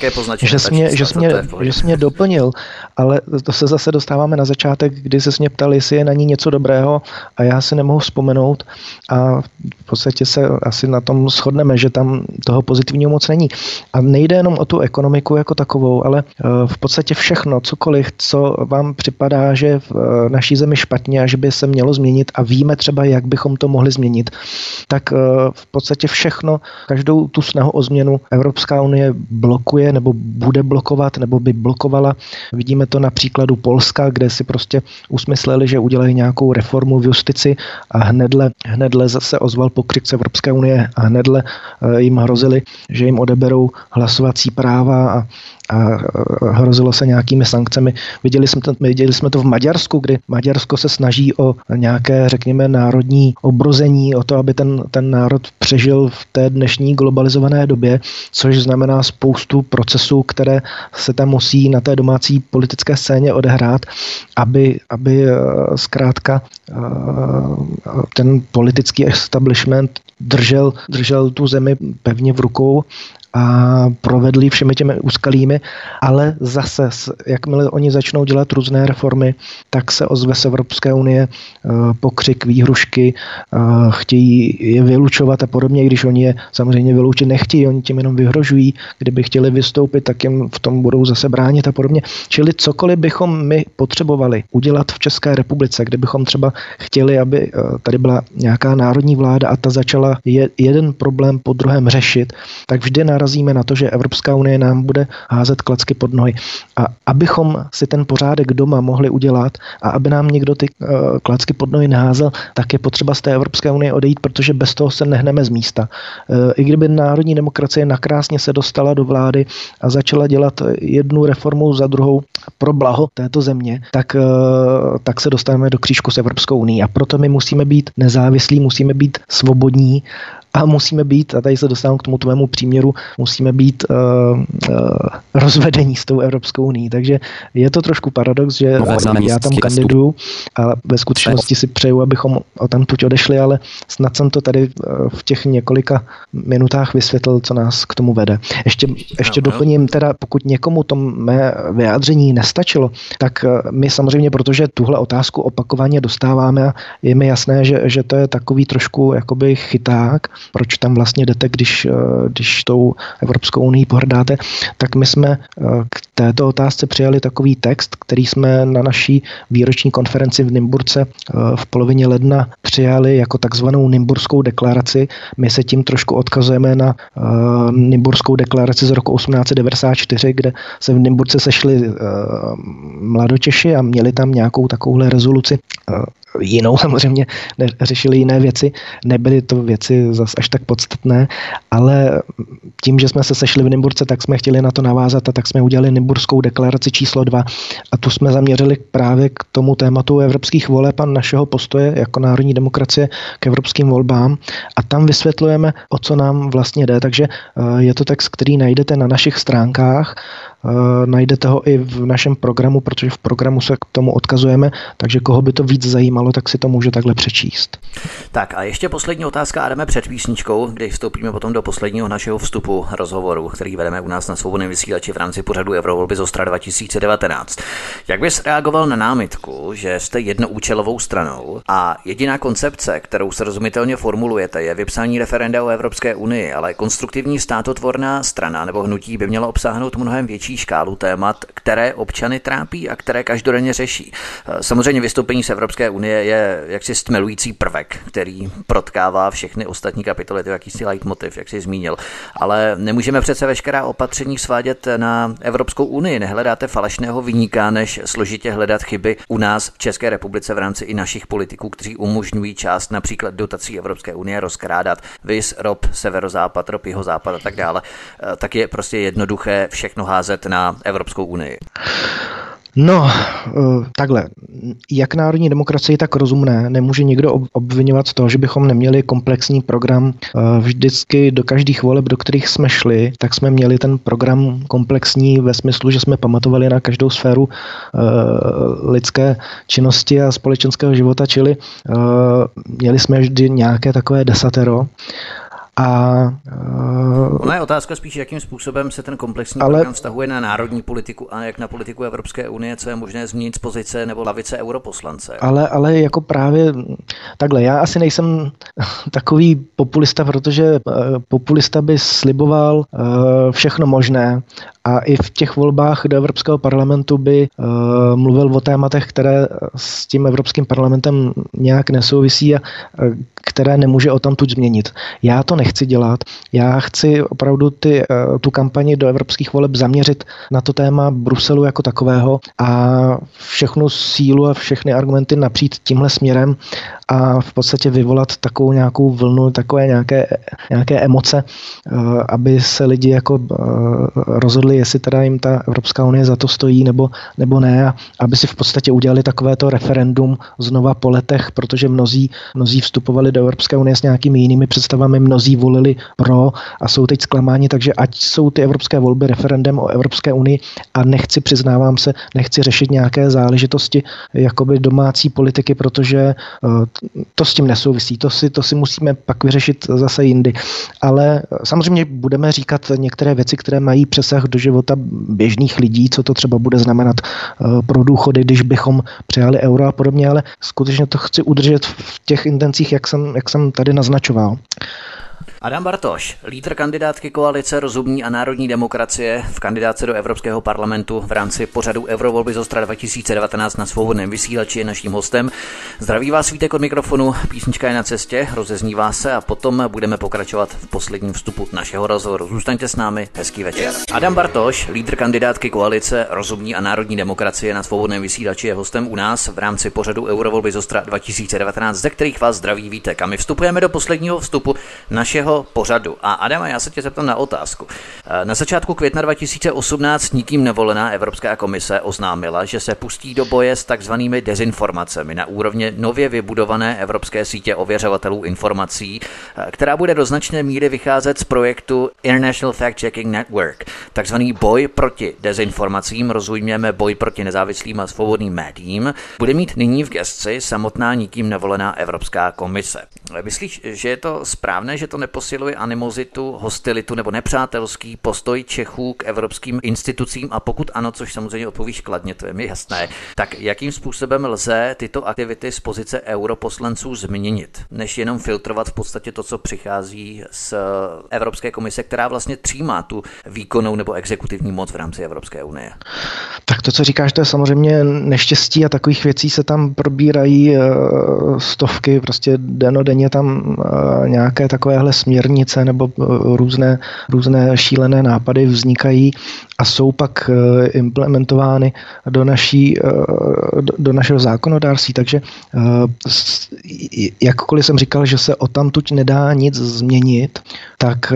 že jsi mě doplnil, ale to se zase dostáváme na začátek, kdy se mě ptal, jestli je na ní něco dobrého a já si nemohu vzpomenout a v podstatě se asi na tom shodneme, že tam toho pozitivního moc není. A nejde jenom o tu ekonomiku jako takovou, ale v podstatě všechno, cokoliv, co vám připadá, že v naší zemi špatně a že by se mělo změnit a víme třeba, jak bychom to mohli změnit, tak v podstatě všechno, každou tu snahu o změnu Evropská unie blokuje nebo bude blokovat nebo nebo by blokovala. Vidíme to na příkladu Polska, kde si prostě usmysleli, že udělají nějakou reformu v justici a hnedle zase ozval pokřik z Evropské unie a hnedle jim hrozili, že jim odeberou hlasovací práva a hrozilo se nějakými sankcemi. Viděli jsme to v Maďarsku, kdy Maďarsko se snaží o nějaké, řekněme, národní obrození, o to, aby ten národ přežil v té dnešní globalizované době, což znamená spoustu procesů, které se tam musí na té domácí politické scéně odehrát, aby zkrátka ten politický establishment držel tu zemi pevně v rukou a provedli všemi těmi úskalími, ale zase, jakmile oni začnou dělat různé reformy, tak se ozve z Evropské unie pokřik, výhrušky, chtějí je vylučovat a podobně, když oni je samozřejmě vyloučit nechtějí, oni tím jenom vyhrožují, kdyby chtěli vystoupit, tak jim v tom budou zase bránit a podobně. Čili cokoliv bychom my potřebovali udělat v České republice, kdybychom třeba chtěli, aby tady byla nějaká národní vláda a ta začala jeden problém po druhém řešit, tak vždy narazíme na to, že Evropská unie nám bude házet klacky pod nohy. A abychom si ten pořádek doma mohli udělat a aby nám někdo ty klacky pod nohy neházel, tak je potřeba z té Evropské unie odejít, protože bez toho se nehneme z místa. I kdyby národní demokracie nakrásně se dostala do vlády a začala dělat jednu reformu za druhou pro blaho této země, tak se dostaneme do křížku s Evropskou unií. A proto my musíme být nezávislí, musíme být svobodní a musíme být, a tady se dostávám k tomu tvému příměru, musíme být rozvedení s tou Evropskou unií. Takže je to trošku paradox, že já tam kandiduju a ve skutečnosti si přeju, abychom odtamtud odešli, ale snad jsem to tady v těch několika minutách vysvětlil, co nás k tomu vede. Ještě doplním teda, pokud někomu to mé vyjádření nestačilo, tak my samozřejmě, protože tuhle otázku opakovaně dostáváme a je mi jasné, že to je takový trošku jakoby chyták, proč tam vlastně jdete, když tou Evropskou unii pohrdáte, tak my jsme k této otázce přijali takový text, který jsme na naší výroční konferenci v Nymburce v polovině ledna přijali jako takzvanou Nymburskou deklaraci. My se tím trošku odkazujeme na Nymburskou deklaraci z roku 1894, kde se v Nymburce sešli mladotěši a měli tam nějakou takovouhle rezoluci. Jinou samozřejmě, řešili jiné věci, nebyly to věci zas až tak podstatné, ale tím, že jsme se sešli v Nymburce, tak jsme chtěli na to navázat a tak jsme udělali Nymburskou deklaraci číslo 2 a tu jsme zaměřili právě k tomu tématu evropských voleb a našeho postoje jako národní demokracie k evropským volbám a tam vysvětlujeme, o co nám vlastně jde, takže je to text, který najdete na našich stránkách, najdete ho i v našem programu, protože v programu se k tomu odkazujeme, takže koho by to víc zajímalo, tak si to může takhle přečíst. Tak a ještě poslední otázka a jdeme před písničkou, kdy vstoupíme potom do posledního našeho vstupu rozhovoru, který vedeme u nás na Svobodném vysílači v rámci pořadu Eurovolby z Ostra 2019. Jak bys reagoval na námitku, že jste jednoúčelovou stranou a jediná koncepce, kterou srozumitelně formulujete, je vypsání referenda o Evropské unii, ale konstruktivní státotvorná strana nebo hnutí by měla obsáhnout mnohem větší škálu témat, které občany trápí a které každodenně řeší. Samozřejmě vystoupení z Evropské unie je jaksi stmelující prvek, který protkává všechny ostatní kapitoly, to jakýsi leitmotiv, jak jsi zmínil. Ale nemůžeme přece veškerá opatření svádět na Evropskou unii. Nehledáte falešného viníka, než složitě hledat chyby u nás v České republice v rámci i našich politiků, kteří umožňují část například dotací Evropské unie rozkrádat. Vys, ROP, severozápad, ROP, jihozápad a tak dále. Tak je prostě jednoduché všechno házet na Evropskou unii. No, takhle. Jak národní demokracii, tak rozumné. Nemůže nikdo obvinovat z toho, že bychom neměli komplexní program. Vždycky do každých voleb, do kterých jsme šli, tak jsme měli ten program komplexní ve smyslu, že jsme pamatovali na každou sféru lidské činnosti a společenského života, čili měli jsme vždy nějaké takové desatero. Ona je otázka spíš, jakým způsobem se ten komplexní program vztahuje na národní politiku a jak na politiku Evropské unie, co je možné změnit z pozice nebo lavice europoslance. Ale jako právě takhle, já asi nejsem takový populista, protože populista by sliboval všechno možné a i v těch volbách do Evropského parlamentu by mluvil o tématech, které s tím Evropským parlamentem nějak nesouvisí a které nemůže odtamtud změnit. Já to nechci nechci dělat. Já chci opravdu tu kampani do evropských voleb zaměřit na to téma Bruselu jako takového a všechnu sílu a všechny argumenty napřít tímhle směrem a v podstatě vyvolat takovou nějakou vlnu, takové nějaké emoce, aby se lidi jako rozhodli, jestli teda jim ta Evropská unie za to stojí nebo ne, a aby si v podstatě udělali takovéto referendum znova po letech, protože mnozí vstupovali do Evropské unie s nějakými jinými představami, mnozí volili pro a jsou teď zklamáni, takže ať jsou ty evropské volby referendem o Evropské unii a přiznávám se, nechci řešit nějaké záležitosti jakoby domácí politiky, protože to s tím nesouvisí, to si musíme pak vyřešit zase jindy. Ale samozřejmě budeme říkat některé věci, které mají přesah do života běžných lidí, co to třeba bude znamenat pro důchody, když bychom přijali euro a podobně, ale skutečně to chci udržet v těch intencích, jak jsem tady naznačoval. Adam Bartoš, lídr kandidátky koalice Rozumní a národní demokracie v kandidáce do Evropského parlamentu v rámci pořadu Eurovolby z Ostra 2019 na Svobodném vysílači, je naším hostem. Zdraví vás Vítek od mikrofonu, písnička je na cestě, rozeznívá se a potom budeme pokračovat v posledním vstupu našeho rozhovoru. Zůstaňte s námi, hezký večer. Adam Bartoš, lídr kandidátky koalice Rozumní a národní demokracie na Svobodném vysílači, je hostem u nás v rámci pořadu Eurovolby z Ostra 2019, ze kterých vás zdraví Vítek. A my vstupujeme do posledního vstupu našeho pořadu. A Adama, já se tě zeptám na otázku. Na začátku května 2018 nikým nevolená Evropská komise oznámila, že se pustí do boje s takzvanými dezinformacemi na úrovni nově vybudované evropské sítě ověřovatelů informací, která bude do značné míry vycházet z projektu International Fact-Checking Network. Takzvaný boj proti dezinformacím, rozumíme boj proti nezávislým a svobodným médiím, bude mít nyní v gesci samotná nikým nevolená Evropská komise. Myslíš, že je to správné, že to neposiluje animozitu, hostilitu nebo nepřátelský postoj Čechů k evropským institucím? A pokud ano, což samozřejmě odpovíš kladně, to je mi jasné, tak jakým způsobem lze tyto aktivity z pozice europoslanců změnit, než jenom filtrovat v podstatě to, co přichází z Evropské komise, která vlastně přijímá tu výkonnou nebo exekutivní moc v rámci Evropské unie? Tak to, co říkáš, to je samozřejmě neštěstí a takových věcí se tam probírají stovky, prostě dennodenně tam nějaké takovéhle směrnice nebo různé šílené nápady vznikají a jsou pak implementovány do našeho zákonodárství. Takže jakkoliv jsem říkal, že se odtamtud nedá nic změnit, tak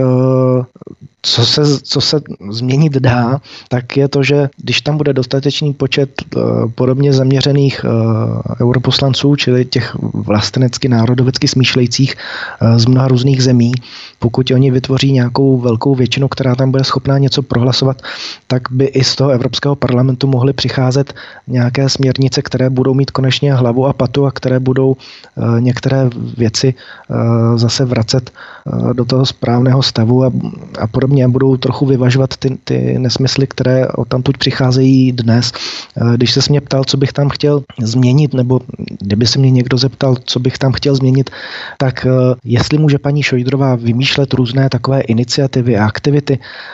co se změnit dá, tak je to, že když tam bude dostatečný počet podobně zaměřených europoslanců, čili těch vlastenecky, národovecky smýšlejících z mnoha různých zemí, pokud oni vytvoří nějakou velkou většinu, která tam bude schopná něco prohlasovat, tak by i z toho Evropského parlamentu mohly přicházet nějaké směrnice, které budou mít konečně hlavu a patu a které budou některé věci zase vracet do toho správného stavu a podobně budou trochu vyvažovat ty nesmysly, které odtamtud přicházejí dnes. Když se mě ptal, co bych tam chtěl změnit, nebo kdyby se mě někdo zeptal, co bych tam chtěl změnit, tak jestli může paní Šojdrová vymýšlet různé takové iniciativy a aktivity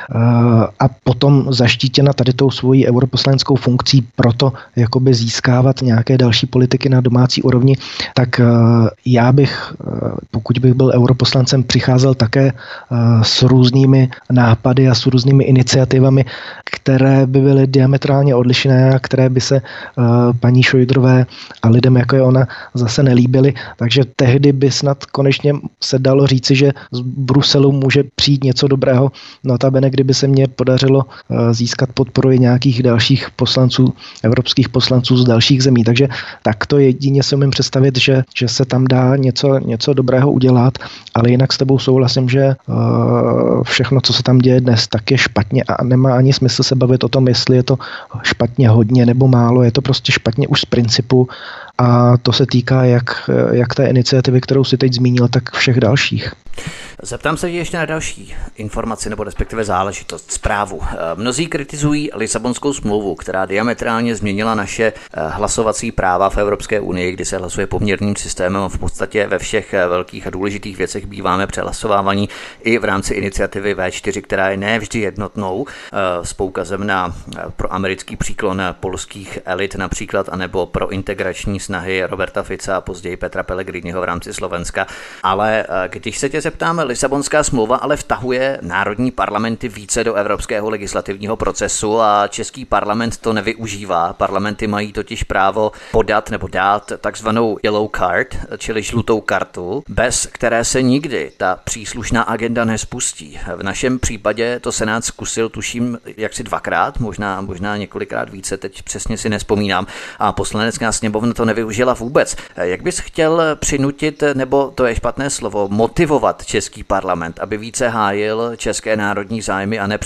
a potom zaštítěna tady tou svojí europoslanskou funkcí proto jakoby získávat nějaké další politiky na domácí úrovni, tak já bych, pokud bych byl europoslancem, přicházel také s různými nápady a s různými iniciativami, které by byly diametrálně odlišné a které by se paní Šojdrové a lidem, jako je ona, zase nelíbily. Takže tehdy by snad konečně se dalo říci, že z Bruselu může přijít něco dobrého. Notabene, kdyby se mně podařilo získat podporu i nějakých dalších poslanců, evropských poslanců z dalších zemí. Takže takto jedině si umím představit, že se tam dá něco dobrého udělat, ale jinak s tebou souhlasím, že všechno, co se tam děje dnes, tak je špatně a nemá ani smysl se bavit o tom, jestli je to špatně hodně nebo málo, je to prostě špatně už z principu a to se týká jak té iniciativy, kterou si teď zmínil, tak všech dalších. Zeptám se ještě na další informaci nebo respektive záležitost, zprávu. Mnozí kritizují Lisabonskou smlouvu, která diametrálně změnila naše hlasovací práva v Evropské unii, kdy se hlasuje poměrným systémem a v podstatě ve všech velkých a důležitých věcech býváme přehlasovávaní i v rámci iniciativy V4, která je ne vždy jednotnou, s poukazem na proamerický příklon polských elit například, anebo pro integrační snahy Roberta Fica a později Petra Pellegriniho v rámci Slovenska. Ale když se tě zeptáme, Lisabonská smlouva ale vtahuje národní parlamenty více do evropského legislativního procesu a český parlament to nevyužívá. Parlamenty mají totiž právo podat nebo dát takzvanou yellow card, čili žlutou kartu, bez které se nikdy ta příslušná agenda nespustí. V našem případě to Senát zkusil, tuším, jaksi dvakrát, možná několikrát více, teď přesně si nespomínám, a Poslanecká sněmovna to nevyužila vůbec. Jak bys chtěl přinutit, nebo to je špatné slovo, motivovat český parlament, aby více hájil české národní zájmy a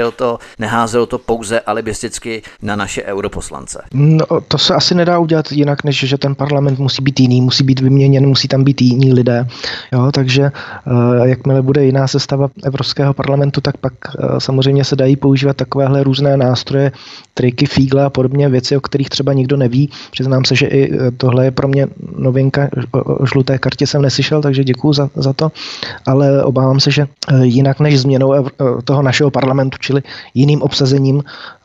neházel to pouze alibisticky na naše europoslance? No, to se asi nedá udělat jinak, než že ten parlament musí být jiný, musí být vyměněn, musí tam být jiní lidé. Jo, takže jakmile bude jiná sestava Evropského parlamentu, tak pak samozřejmě se dají používat takovéhle různé nástroje, triky, fígle a podobně, věci, o kterých třeba nikdo neví. Přiznám se, že i tohle je pro mě novinka, o žluté kartě jsem neslyšel, takže děkuju za to, ale obávám se, že jinak než změnou toho našeho parlamentu, čili jiným obsazením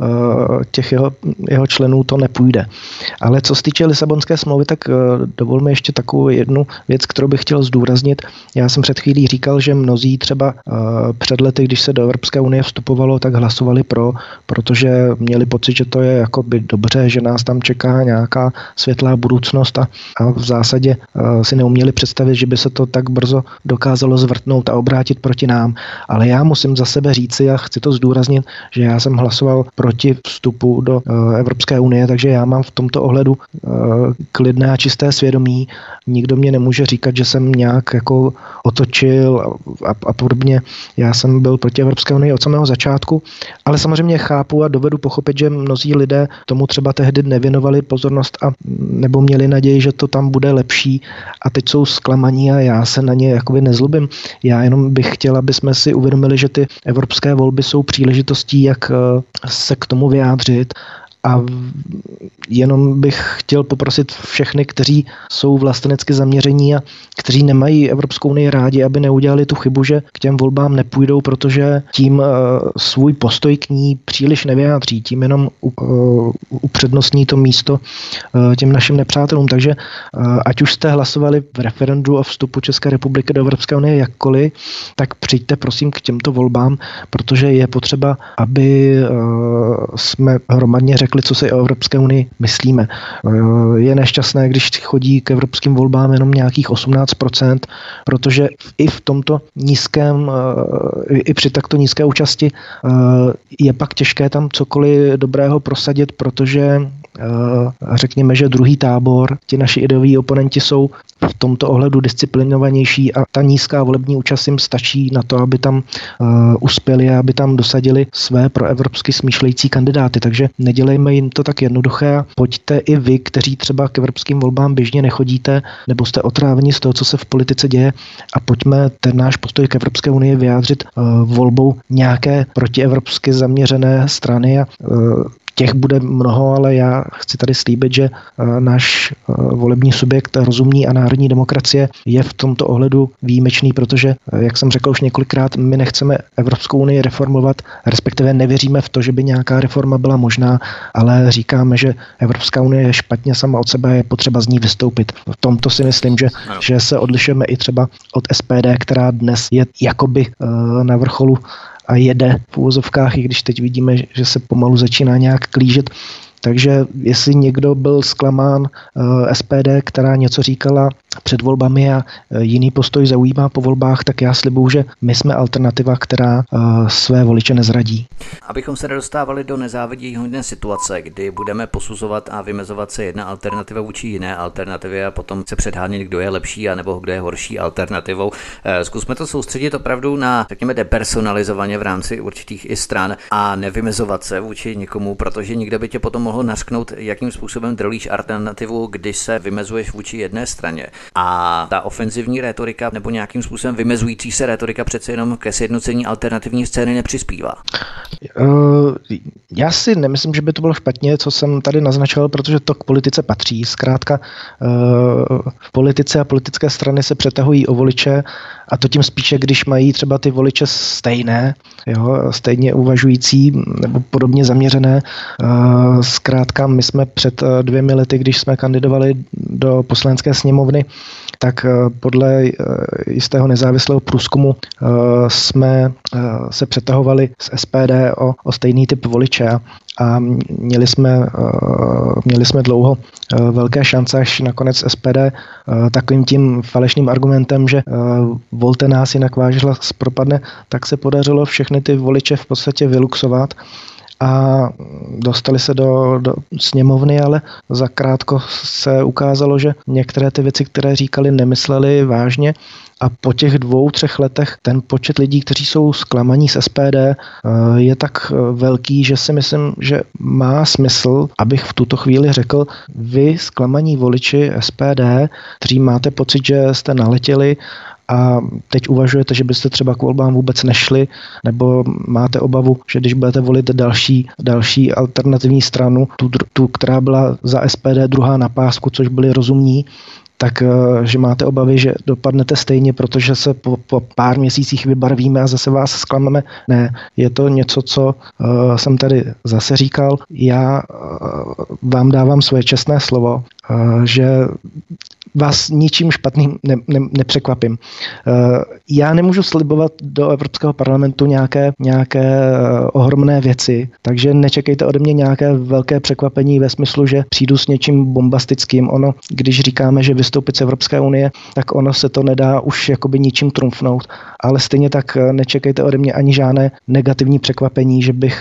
těch jeho členů to nepůjde. Ale co se týče Lisabonské smlouvy, tak dovolme ještě takovou jednu věc, kterou bych chtěl zdůraznit. Já jsem před chvílí říkal, že mnozí třeba před lety, když se do Evropské unie vstupovalo, tak hlasovali protože měli pocit, že to je jakoby dobře, že nás tam čeká nějaká světlá budoucnost a v zásadě si neuměli představit, že by se to tak brzo dokázalo zvrtnout a obrátit proti nám. Ale já musím za sebe říci a chci to zdůraznit, že já jsem hlasoval proti vstupu do Evropské unie, takže já mám v tomto ohledu klidné a čisté svědomí. Nikdo mě nemůže říkat, že jsem nějak jako otočil a podobně. Já jsem byl proti Evropské unii od samého začátku, ale samozřejmě chápu a dovedu pochopit, že mnozí lidé tomu třeba tehdy nevěnovali pozornost a nebo měli naději, že to tam bude lepší a teď jsou zklamaní a já se na ně jakoby nezlobím. Já jenom bych chtěl, aby jsme si uvědomili, že ty evropské volby jsou příležitostí, jak se k tomu vyjádřit. A jenom bych chtěl poprosit všechny, kteří jsou vlastenecky zaměření a kteří nemají Evropskou unii rádi, aby neudělali tu chybu, že k těm volbám nepůjdou, protože tím svůj postoj k ní příliš nevyjádří, tím jenom upřednostní to místo těm našim nepřátelům. Takže ať už jste hlasovali v referendu o vstupu České republiky do Evropské unie jakkoliv, tak přijďte prosím k těmto volbám, protože je potřeba, aby jsme hromadně řekli, co si o Evropské unii myslíme. Je nešťastné, když chodí k evropským volbám jenom nějakých 18%, protože i v tomto nízkém, i při takto nízké účasti je pak těžké tam cokoliv dobrého prosadit, protože řekněme, že druhý tábor, ti naši ideoví oponenti jsou v tomto ohledu disciplinovanější a ta nízká volební účast jim stačí na to, aby tam uspěli a aby tam dosadili své proevropsky smýšlející kandidáty. Takže nedělejme jim to tak jednoduché a pojďte i vy, kteří třeba k evropským volbám běžně nechodíte nebo jste otráveni z toho, co se v politice děje a pojďme ten náš postoj k Evropské unii vyjádřit volbou nějaké protievropsky zaměřené strany a těch bude mnoho, ale já chci tady slíbit, že náš volební subjekt rozumní a národní demokracie je v tomto ohledu výjimečný, protože, jak jsem řekl už několikrát, my nechceme Evropskou unii reformovat, respektive nevěříme v to, že by nějaká reforma byla možná, ale říkáme, že Evropská unie je špatně sama od sebe a je potřeba z ní vystoupit. V tomto si myslím, že se odlišujeme i třeba od SPD, která dnes je jakoby na vrcholu a jede v uvozovkách, i když teď vidíme, že se pomalu začíná nějak klížet. Takže jestli někdo byl zklamán SPD, která něco říkala před volbami a jiný postoj zaujímá po volbách, tak já slibuju, že my jsme alternativa, která své voliče nezradí. Abychom se nedostávali do nezávidějíhodné situace, kdy budeme posuzovat a vymezovat se jedna alternativa vůči jiné alternativě a potom se předhánět, kdo je lepší anebo kdo je horší alternativou. Zkusme to soustředit opravdu na, řekněme, depersonalizovaně v rámci určitých i stran a nevymezovat se vůči nikomu, protože nikdo by tě potom mohl nařknout, jakým způsobem drolíš alternativu, když se vymezuješ vůči jedné straně. A ta ofenzivní rétorika nebo nějakým způsobem vymezující se rétorika přece jenom ke sjednocení alternativní scény nepřispívá. Já si nemyslím, že by to bylo špatně, co jsem tady naznačoval, protože to k politice patří. Zkrátka v politice a politické strany se přetahují o voliče A to tím spíše, když mají třeba ty voliče stejné, stejně uvažující nebo podobně zaměřené. Zkrátka, my jsme před 2 lety, když jsme kandidovali do Poslanecké sněmovny, tak podle jistého nezávislého průzkumu jsme se přetahovali z SPD o stejný typ voliče a měli jsme dlouho velké šance, až nakonec SPD takovým tím falešným argumentem, že volte nás, jinak váš hlas propadne, tak se podařilo všechny ty voliče v podstatě vyluxovat a dostali se do sněmovny, ale zakrátko se ukázalo, že některé ty věci, které říkali, nemysleli vážně. A po těch 2-3 letech ten počet lidí, kteří jsou zklamaní z SPD, je tak velký, že si myslím, že má smysl, abych v tuto chvíli řekl, vy zklamaní voliči SPD, kteří máte pocit, že jste naletěli a teď uvažujete, že byste třeba k volbám vůbec nešli, nebo máte obavu, že když budete volit další alternativní stranu, tu, která byla za SPD druhá na pásku, což byli rozumní, tak že máte obavy, že dopadnete stejně, protože se po pár měsících vybarvíme a zase vás zklameme. Ne, je to něco, co jsem tady zase říkal. Já vám dávám svoje čestné slovo, že vás ničím špatným nepřekvapím. Já nemůžu slibovat do Evropského parlamentu nějaké ohromné věci, takže nečekejte ode mě nějaké velké překvapení ve smyslu, že přijdu s něčím bombastickým. Ono, když říkáme, že vystoupit z Evropské unie, tak ono se to nedá už jakoby ničím trumfnout, ale stejně tak nečekejte ode mě ani žádné negativní překvapení, že bych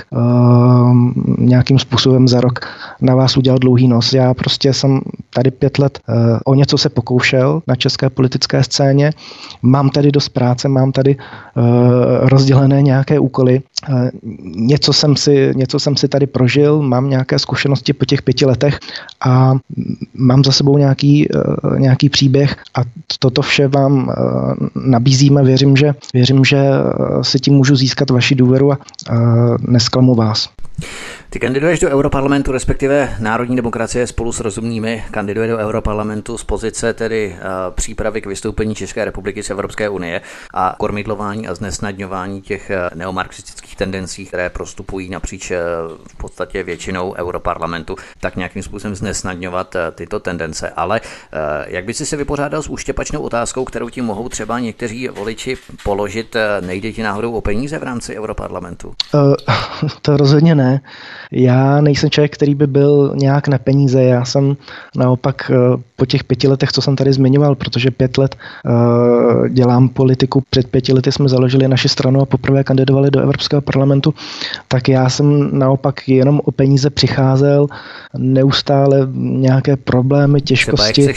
nějakým způsobem za rok na vás udělal dlouhý nos. Já prostě jsem tady 5 let o něco se pokoušel na české politické scéně. Mám tady dost práce, mám tady rozdělené nějaké úkoly. Něco jsem si tady prožil, mám nějaké zkušenosti po těch 5 letech a mám za sebou nějaký příběh a toto vše vám nabízíme. Věřím, že si tím můžu získat vaši důvěru a nesklamu vás. Ty kandiduješ do Europarlamentu, respektive Národní demokracie spolu s Rozumnými kandiduje do Europarlamentu z pozice tedy přípravy k vystoupení České republiky z Evropské unie a kormidlování a znesnadňování těch neomarxistických tendencí, které prostupují napříč v podstatě většinou Europarlamentu, tak nějakým způsobem znesnadňovat tyto tendence. Ale jak by si se vypořádal s úštěpačnou otázkou, kterou ti mohou třeba někteří voliči položit, nejde ti náhodou o peníze v rámci Europarlamentu? To rozhodně ne. Já nejsem člověk, který by byl nějak na peníze. Já jsem naopak po těch 5 letech, co jsem tady zmiňoval, protože 5 let dělám politiku, před 5 lety jsme založili naši stranu a poprvé kandidovali do Evropského parlamentu, tak já jsem naopak jenom o peníze přicházel, neustále nějaké problémy, těžkosti,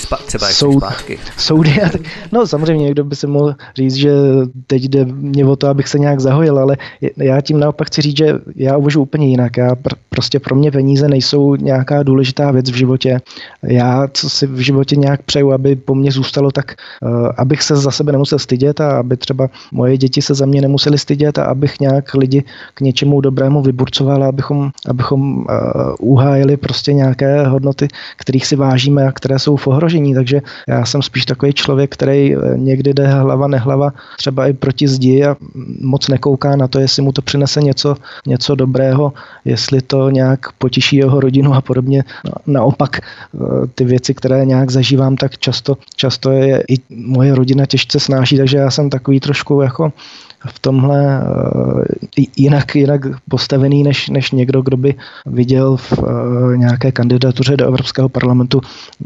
soudy. No samozřejmě někdo by se mohl říct, že teď jde mě o to, abych se nějak zahojil, ale já tím naopak chci říct, že já uvažuji úplně jinak. Prostě pro mě peníze nejsou nějaká důležitá věc v životě. Já, co si v životě nějak přeju, aby po mně zůstalo, tak abych se za sebe nemusel stydět a aby třeba moje děti se za mě nemuseli stydět a abych nějak lidi k něčemu dobrému vyburcoval, abychom uhájili prostě nějaké hodnoty, kterých si vážíme a které jsou v ohrožení. Takže já jsem spíš takový člověk, který někdy jde hlava nehlava třeba i proti zdi a moc nekouká na to, jestli mu to přinese něco dobrého, jestli to nějak potěší jeho rodinu a podobně. No, naopak ty věci, které nějak zažívám, tak často je i moje rodina těžce snáší, takže já jsem takový trošku jako v tomhle jinak postavený než někdo, kdo by viděl v nějaké kandidatuře do Evropského parlamentu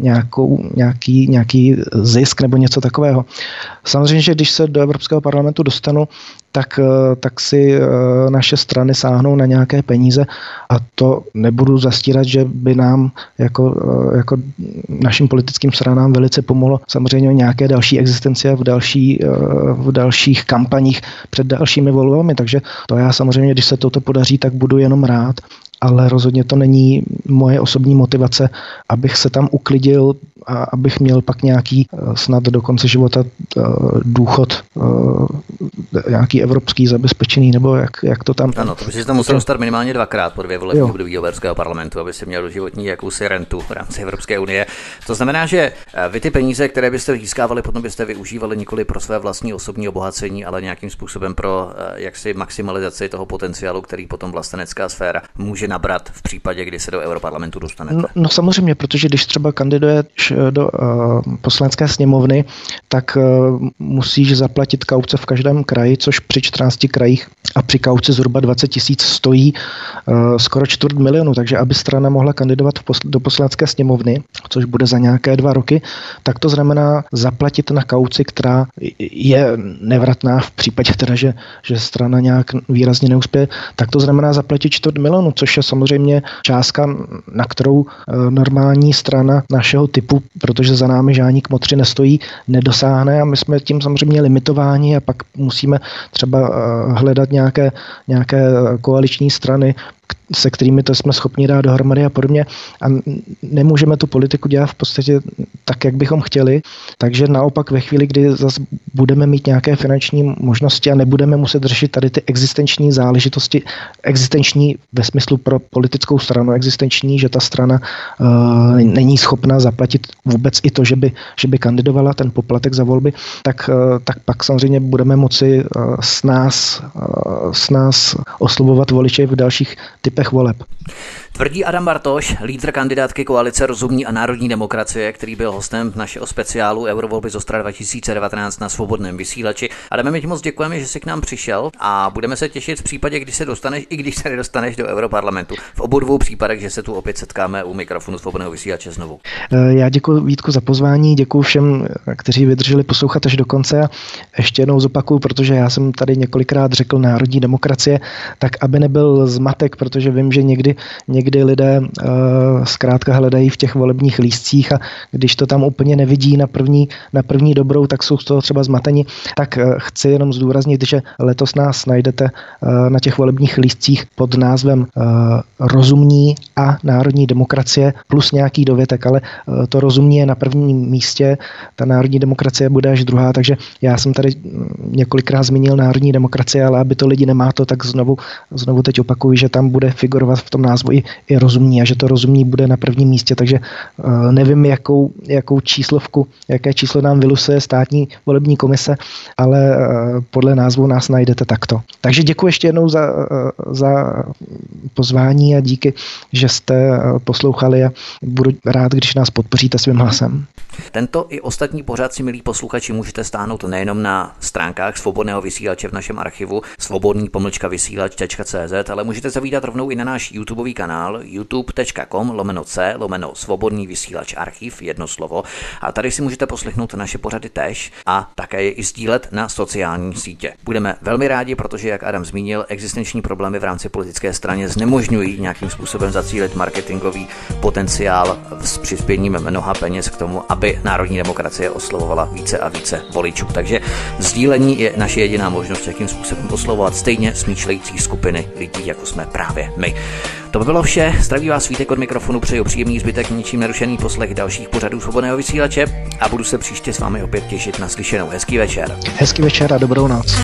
nějaký zisk nebo něco takového. Samozřejmě, že když se do Evropského parlamentu dostanu, tak si naše strany sáhnou na nějaké peníze a to nebudu zastírat, že by nám jako našim politickým stranám velice pomohlo samozřejmě nějaké další existence v dalších kampaních před dalšími volbami, takže to já samozřejmě, když se toto podaří, tak budu jenom rád. ale rozhodně to není moje osobní motivace, abych se tam uklidil a abych měl pak nějaký snad do konce života důchod, nějaký evropský zabezpečený, nebo jak to tam... Ano, to by si tam musel dostat minimálně 2krát po 2 volební období Evropského parlamentu, aby si měl doživotní jakousi rentu v rámci Evropské unie. To znamená, že vy ty peníze, které byste získávali, potom byste využívali nikoli pro své vlastní osobní obohacení, ale nějakým způsobem pro jaksi maximalizaci toho potenciálu, který potom vlastenecká sféra může nabrat v případě, kdy se do Europarlamentu dostanete. No samozřejmě, protože když třeba kandiduješ do poslanecké sněmovny, tak musíš zaplatit kauce v každém kraji, což při 14 krajích a při kauci zhruba 20 000 stojí skoro 250 000, takže aby strana mohla kandidovat do poslanecké sněmovny, což bude za nějaké 2 roky, tak to znamená zaplatit na kauci, která je nevratná v případě teda, že strana nějak výrazně neuspěje, tak to znamená zaplatit 250 000, což je samozřejmě částka, na kterou normální strana našeho typu, protože za námi žádní kmotři nestojí, nedosáhne a my jsme tím samozřejmě limitováni a pak musíme třeba hledat nějaké koaliční strany, se kterými to jsme schopni dát dohromady a podobně. A nemůžeme tu politiku dělat v podstatě tak, jak bychom chtěli. Takže naopak ve chvíli, kdy zase budeme mít nějaké finanční možnosti a nebudeme muset řešit tady ty existenční záležitosti, existenční ve smyslu pro politickou stranu, existenční, že ta strana není schopna zaplatit vůbec i to, že by kandidovala ten poplatek za volby, tak pak samozřejmě budeme moci s nás oslovovat voliče v dalších typech voleb. Tvrdí Adam Bartoš, lídr kandidátky koalice Rozumní a národní demokracie, který byl hostem našeho speciálu Eurovolby z Ostra 2019 na Svobodném vysílači. Adame, my ti moc děkujeme, že jsi k nám přišel a budeme se těšit v případě, kdy se dostaneš, i když se nedostaneš do Europarlamentu. V obou dvou případech, že se tu opět setkáme u mikrofonu Svobodného vysílače znovu. Já děkuji, Vítku, za pozvání, děkuji všem, kteří vydrželi poslouchat až do konce a ještě jednou zopakuju, protože já jsem tady několikrát řekl národní demokracie, tak aby nebyl zmatek, protože vím, že někdy lidé zkrátka hledají v těch volebních lístcích a když to tam úplně nevidí na první dobrou, tak jsou z toho třeba zmateni. Tak chci jenom zdůraznit, že letos nás najdete na těch volebních lístcích pod názvem Rozumní a národní demokracie plus nějaký dovětek, ale to Rozumní je na prvním místě, ta národní demokracie bude až druhá, takže já jsem tady několikrát zmínil národní demokracie, ale aby to lidi nemáto, tak znovu teď opakuju, že tam bude figurovat v tom názvu i Rozumní a že to Rozumní bude na prvním místě, takže nevím, jakou číslovku, jaké číslo nám vylusuje státní volební komise, ale podle názvu nás najdete takto. Takže děkuji ještě jednou za pozvání a díky, že jste poslouchali a budu rád, když nás podpoříte svým hlasem. Tento i ostatní pořad si, milí posluchači, můžete stáhnout nejenom na stránkách Svobodného vysílače v našem archivu svobodný-vysílač.cz, ale můžete zavítat rovnou i na náš YouTubeový kanál youtube.com/svobodný vysílač archiv, jedno slovo. A tady si můžete poslechnout naše pořady též a také je i sdílet na sociální sítě. Budeme velmi rádi, protože, jak Adam zmínil, existenční problémy v rámci politické straně znemožňují nějakým způsobem zacílit marketingový potenciál s přispěním mnoha peněz k tomu, aby národní demokracie oslovovala více a více voličů. Takže sdílení je naše jediná možnost, jakým způsobem oslovovat stejně smýšlející skupiny lidí, jako jsme právě my. To by bylo vše. Zdraví vás Vítek od mikrofonu, přeju příjemný zbytek, ničím nerušený poslech dalších pořadů Svobodného vysílače a budu se příště s vámi opět těšit na slyšenou. Hezký večer. Hezký večer a dobrou noc.